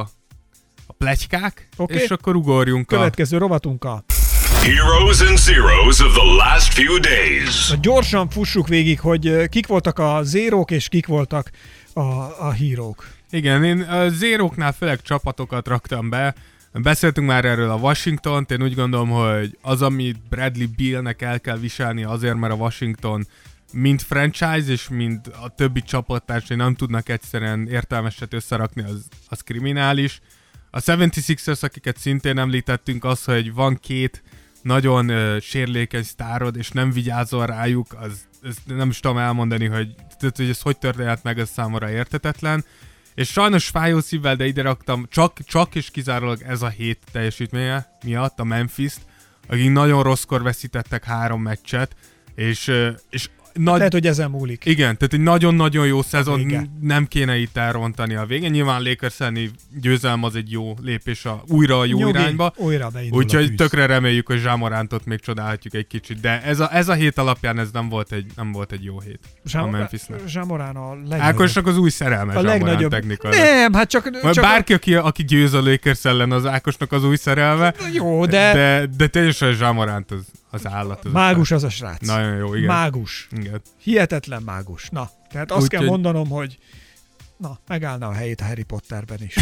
a pletykák, okay. És akkor ugorjunk a... Következő rovatunk a... Heroes and Zeros of the last few days. Na, gyorsan fussuk végig, hogy kik voltak a zérók, és kik voltak a, a hírók. Igen, én a zéróknál főleg csapatokat raktam be. Beszéltünk már erről a Washingtont, én úgy gondolom, hogy az, amit Bradley Bealnek el kell viselni azért, mert a Washington mind franchise, és mind a többi csapattársai nem tudnak egyszerűen értelmeset összerakni, az, az kriminális. A hetvenhatos, akiket szintén említettünk, az, hogy van két nagyon uh, sérülékeny sztárod, és nem vigyázol rájuk, az, az nem is tudom elmondani, hogy, tehát, hogy ez hogy történhet meg, ez számomra értetetlen. És sajnos fájó szívvel, de ide raktam csak, csak és kizárólag ez a hét teljesítménye miatt a Memphist, akik nagyon rosszkor veszítettek három meccset, és, és nagy... Lehet, hogy ezen múlik. Igen, tehát egy nagyon-nagyon jó szezon nem kéne itt elrontani a végén. Nyilván Lakers elleni győzelem az egy jó lépés a, újra a jó Nyugi, irányba. Újra úgyhogy tökre reméljük, hogy Ja Morantot még csodálhatjuk egy kicsit. De ez a, ez a hét alapján ez nem volt egy, nem volt egy jó hét Ja, a Memphisnek. Ja Morant a legnagyobb. Ákosnak az új szerelme, a Ja legnagyobb. technikailag. Nem, hát csak... csak bárki, aki, aki győz a Lakers ellen, az Ákosnak az új szerelme. Jó, de... De, de teljesen Ja Morant az, az állat. Az mágus az a srác. Nagyon jó, igen. Mágus. Igen. Hihetetlen mágus. Na, tehát azt úgy kell mondanom, hogy na, megállna a helyét a Harry Potterben is.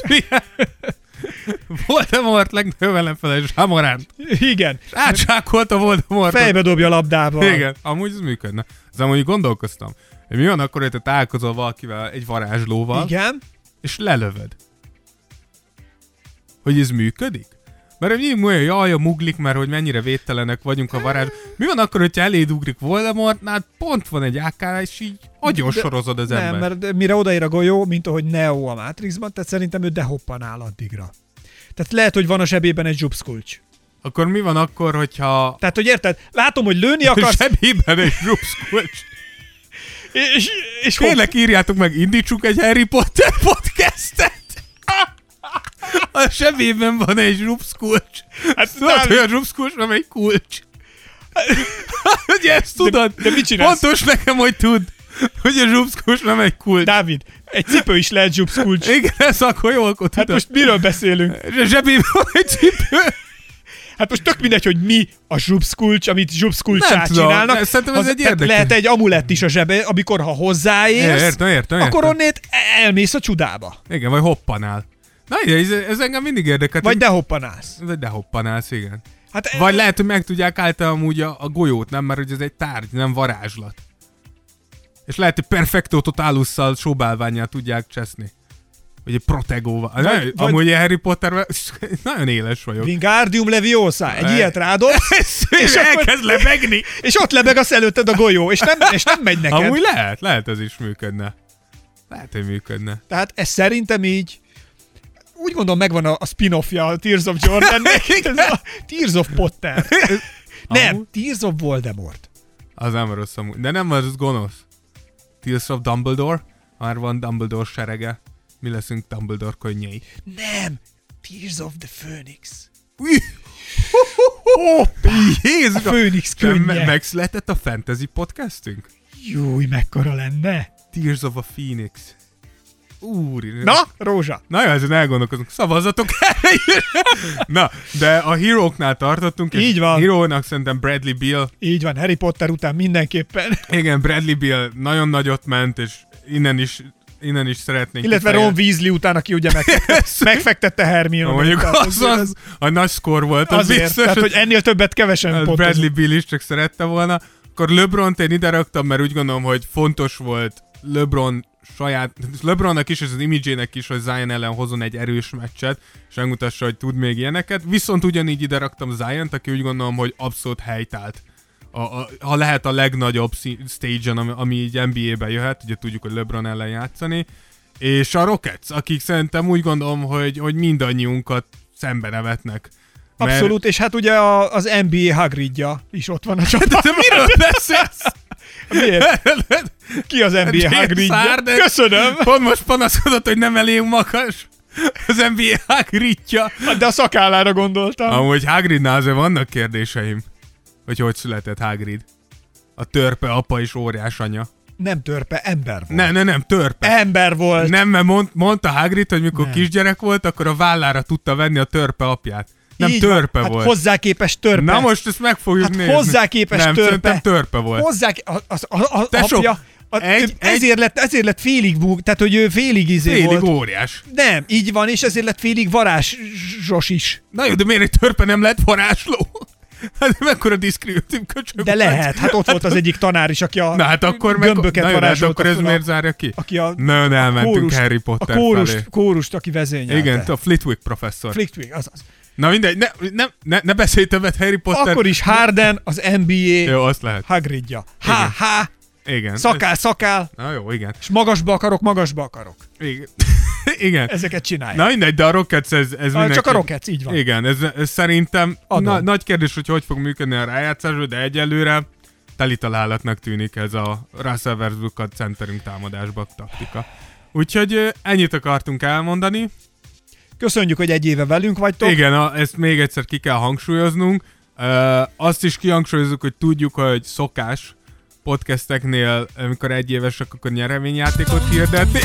Voldemort legnagyobb ellenfele, Ja Morant. Igen. Átsákolta Voldemortot. Fejbe dobja a labdával. Igen, amúgy ez működne. Az amúgy gondolkoztam, hogy mi van akkor, hogy te találkozol valakivel egy varázslóval, igen, és lelövöd. Hogy ez működik? Mert mindig olyan, jaj, a muglik, mert hogy mennyire védtelenek vagyunk a varázs. Mi van akkor, hogyha eléd ugrik Voldemortnál, pont van egy á ká, és így agyon sorozod az nem, ember. Nem, mert mire odaér a golyó, mint ahogy Neo a Matrixban, tehát szerintem ő dehoppanál addigra. Tehát lehet, hogy van a zsebében egy zsupszkulcs. Akkor mi van akkor, hogyha... Tehát, hogy érted? Látom, hogy lőni akarsz... A zsebében egy zsupszkulcs. és, és kérlek, írjátok meg, indítsuk egy Harry Potter podcastet. A zsebében van egy zsupszkulcs. Hát tudod, hogy a zsupszkulcs nem egy kulcs. Ugye ezt tudod? De, de mit csinálsz? Fontos nekem, hogy tudd, hogy a zsupszkulcs nem egy kulcs. Dávid, egy cipő is lehet zsupszkulcs. Igen, ez akkor jó, akkor tudod. Hát most miről beszélünk? A zsebében van egy cipő. Hát most tök mindegy, hogy mi a zsupszkulcs, amit zsupszkulcsát csinálnak. Nem, szerintem ez egy érdekes. Lehet egy amulett is a zsebe, amikor ha hozzáérsz, értem, értem, akkor értem. onnét elmész a csudába. Igen, vagy hoppanál. Na, ez, ez engem mindig érdekel. Vagy dehoppanálsz. Vagy dehoppanálsz, igen. Hát vagy e... lehet, hogy meg tudják állítani amúgy a, a golyót, nem? Mert hogy ez egy tárgy, nem varázslat. És lehet, hogy Perfecto Totalusszal sóbálvánnyal tudják cseszni. Vagy egy Protegóval. Vagy, vagy... Amúgy egy Harry Potterben nagyon éles vagyok. Wingardium Leviosa. Egy ilyet rádolsz, és elkezd lebegni. És ott lebeg az előtted a golyó, és nem, és nem megy neked. Amúgy lehet, lehet ez is működne. Lehet, hogy működne. Tehát ez szerintem így úgy gondolom megvan a, a spin-offja a Tears of Jordannek. Ez a Tears of Potter. Nem, Tears of Voldemort. Az nem rossz amúgy. De nem, az gonosz. Tears of Dumbledore. Már van Dumbledore serege. Mi leszünk Dumbledore könnyei. Nem! Tears of the Phoenix. Oh, Jézus! A Phoenix könnye. Me- megszületett a fantasy podcastünk? Júj, mekkora lenne. Tears of a Phoenix. Úr, na, Rózsa. Na jó, ezen elgondolkozunk. Szavazzatok erre. Na, de a Hero-knál tartottunk. Így és van. Hero-nak szerintem Bradley Beal. Így van, Harry Potter után mindenképpen. Igen, Bradley Beal nagyon nagyot ment, és innen is innen is szeretnénk. Illetve Ron Weasley után, aki ugye megfektette, megfektette Hermione. Mondjuk az, az, az, a nagy szkor volt. Az azért, biztos, tehát, hogy ennél többet kevesen pontozunk. Bradley Beal is csak szerette volna. Akkor LeBront én ide raktam, mert úgy gondolom, hogy fontos volt LeBron saját, LeBronnak is, és az imidzsének is, hogy Zion ellen hozzon egy erős meccset, és megmutassa, hogy tud még ilyeneket. Viszont ugyanígy ide raktam Ziont, aki úgy gondolom, hogy abszolút helytált. A, a, ha lehet a legnagyobb stage-en, ami, ami így en bé á-ben jöhet, ugye tudjuk, hogy LeBron ellen játszani, és a Rockets, akik szerintem úgy gondolom, hogy, hogy mindannyiunkat szembe nevetnek. Mert... Abszolút, és hát ugye a, az en bé á Hagridja is ott van a csapatban. De miről beszélsz? Miért? Ki az en bé á Hagridja? Köszönöm! Pont most panaszkodott, hogy nem elég magas az en bé á Hagridja. De a szakállára gondoltam. Amúgy Hagridnál azért vannak kérdéseim, hogy hogy született Hagrid. A törpe apa és óriás anya. Nem törpe, ember volt. Ne, ne, nem, törpe. Ember volt. Nem, mert mond, mondta Hagrid, hogy mikor nem. kisgyerek volt, akkor a vállára tudta venni a törpe apját. Nem, így törpe van. volt. Hát hozzá képest törpe. Na most ezt meg fogjuk hát nézni. hozzá képest nem, törpe. szerintem törpe volt. Hozzá, a, a, a, a Tesó, apja, a, egy- ezért, egy- lett, ezért lett félig búg, tehát hogy ő félig izé Félig volt. óriás. Nem, így van, és ezért lett félig varázsos is. Na jó, de miért egy törpe nem lett varázsló? Hát mekkora diszkriminatív köcsög. De lehet, hát ott volt az egyik tanár is, aki a Na hát akkor, meg, gömböket na jó, de hát varázsolta akkor ez fel a- miért zárja ki? aki a Nagyon elmentünk kórust, Harry Potter a kórust, felé. kórust, aki vezényelte. Igen, a Flitwick professzor. Flitwick, azaz. Na mindegy, ne, ne, ne, ne beszélj többet Harry Potter. Akkor is Harden, az en bé á Jó, azt lehet. Hagridja. Igen. Há, há, Igen. szakál, szakál, Na jó, igen. és magasba akarok, magasba akarok. Igen. igen. Ezeket csinálják. Na mindegy, de a Rockets ez, ez Ah, mindenki... csak a Rockets, így van. Igen, ez, ez szerintem Adom. na, nagy kérdés, hogy hogy fog működni a rájátszásról, de egyelőre teli találatnak tűnik ez a Russell versus. Luka centerünk támadásba taktika. Úgyhogy ö, ennyit akartunk elmondani. Köszönjük, hogy egy éve velünk vagytok. Igen, a, ezt még egyszer ki kell hangsúlyoznunk. Ö, azt is kihangsúlyozzuk, hogy tudjuk, hogy szokás podcasteknél, amikor egy évesek, akkor nyereményjátékot hirdetni.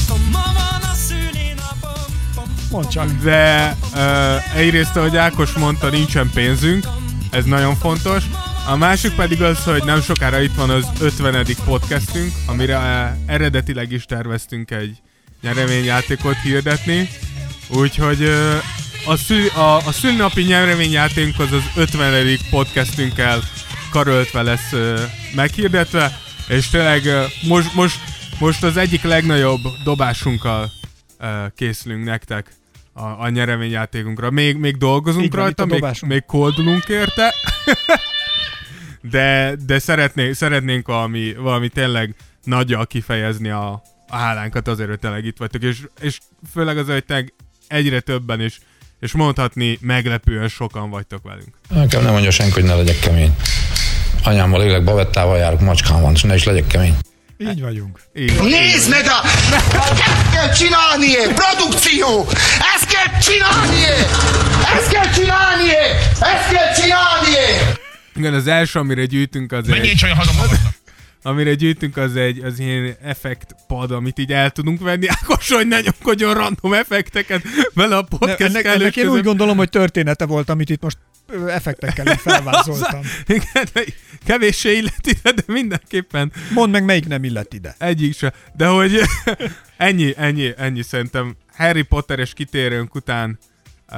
Mondd csak. De uh, egyrészt, ahogy Ákos mondta, nincsen pénzünk, ez nagyon fontos. A másik pedig az, hogy nem sokára itt van az ötvenedik podcastünk, amire uh, eredetileg is terveztünk egy nyereményjátékot hirdetni. Úgyhogy uh, a, szül- a, a szülinapi nyereményjátékunk az az ötvenedik podcastünkkel karöltve lesz uh, meghirdetve, és tényleg uh, most, most, most az egyik legnagyobb dobásunkkal uh, készülünk nektek a, a nyereményjátékunkra. Még, még dolgozunk Így van, rajta, itt a még, dobásunk. még koldulunk érte, de, de szeretnénk, szeretnénk valami, valami tényleg nagyjal kifejezni a, a hálánkat azért, hogy tényleg itt vagytok, és, és főleg azért, hogy tényleg egyre többen is, és mondhatni meglepően sokan vagytok velünk. Nekem nem mondja senki, hogy ne legyek kemény. Anyámmal élek, bavettával járok, macskám van, és ne is legyek kemény. Így vagyunk. Így. Nézd meg a... Ezt kell csinálni! Produkció! Ezt kell csinálni! Ezt kell csinálni! Ezt kell csinálni! Igen, az első, amire gyűjtünk, az egy... Nincs olyan hazam Amire gyűjtünk, az egy az ilyen effektpad, amit így el tudunk venni. Ákos, hogy ne nyomkodjon random effekteket vele a podcast ennek, kellős ennek én között. úgy gondolom, hogy története volt, amit itt most ö, effektekkel így felvázoltam. Igen, de kevéssé illet ide, de mindenképpen Mondd meg, melyik nem illet ide. egyik se. De hogy ennyi, ennyi, ennyi szerintem Harry Potter-es kitérőnk után uh,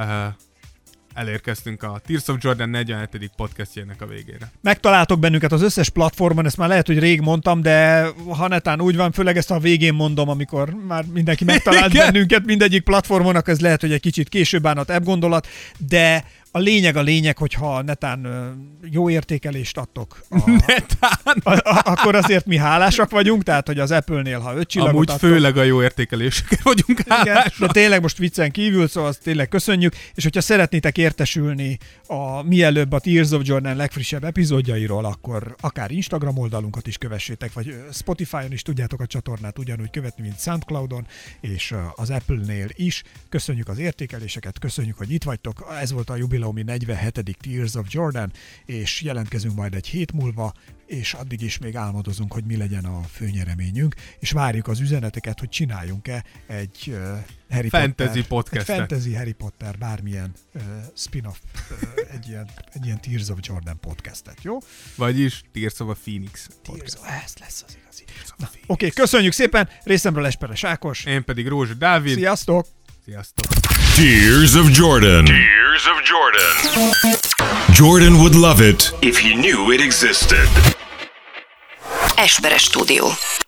elérkeztünk a Tears of Jordan negyvenhetedik podcastjének a végére. Megtaláltok bennünket az összes platformon, ezt már lehet, hogy rég mondtam, de ha netán úgy van, főleg ezt a végén mondom, amikor már mindenki megtalált Igen. bennünket mindegyik platformon, ez lehet, hogy egy kicsit később állna ebb gondolat, de a lényeg a lényeg, hogyha netán ö, jó értékelést adtok, a, Netán! a, a, akkor azért mi hálásak vagyunk, tehát hogy az Apple-nél, ha öt csillagot Amúgy adtok, főleg a jó értékeléseket vagyunk igen, hálásak. de tényleg most viccen kívül, szóval azt tényleg köszönjük, és hogyha szeretnétek értesülni a mielőbb a Tears of Jordan legfrissebb epizódjairól, akkor akár Instagram oldalunkat is kövessétek, vagy Spotify-on is tudjátok a csatornát ugyanúgy követni, mint SoundCloudon, és az Apple-nél is. Köszönjük az értékeléseket, köszönjük, hogy itt vagytok. Ez volt a jubileumi negyvenhetedik Tears of Jordan, és jelentkezünk majd egy hét múlva, és addig is még álmodozunk, hogy mi legyen a főnyereményünk, és várjuk az üzeneteket, hogy csináljunk-e egy uh, Harry Fantasy Potter, podcastet. egy fantasy Harry Potter, bármilyen uh, spin-off, uh, egy, ilyen, egy ilyen Tears of Jordan podcastet, jó? Vagyis Tears of a Phoenix Tears podcast. of, ez lesz az igazi. Oké, okay, köszönjük szépen, részemről Esperes Ákos. Én pedig Rózsa Dávid. Sziasztok! Sziasztok! Tears of Jordan. Tears of Jordan. Jordan would love it if he knew it existed. Esperes Stúdió.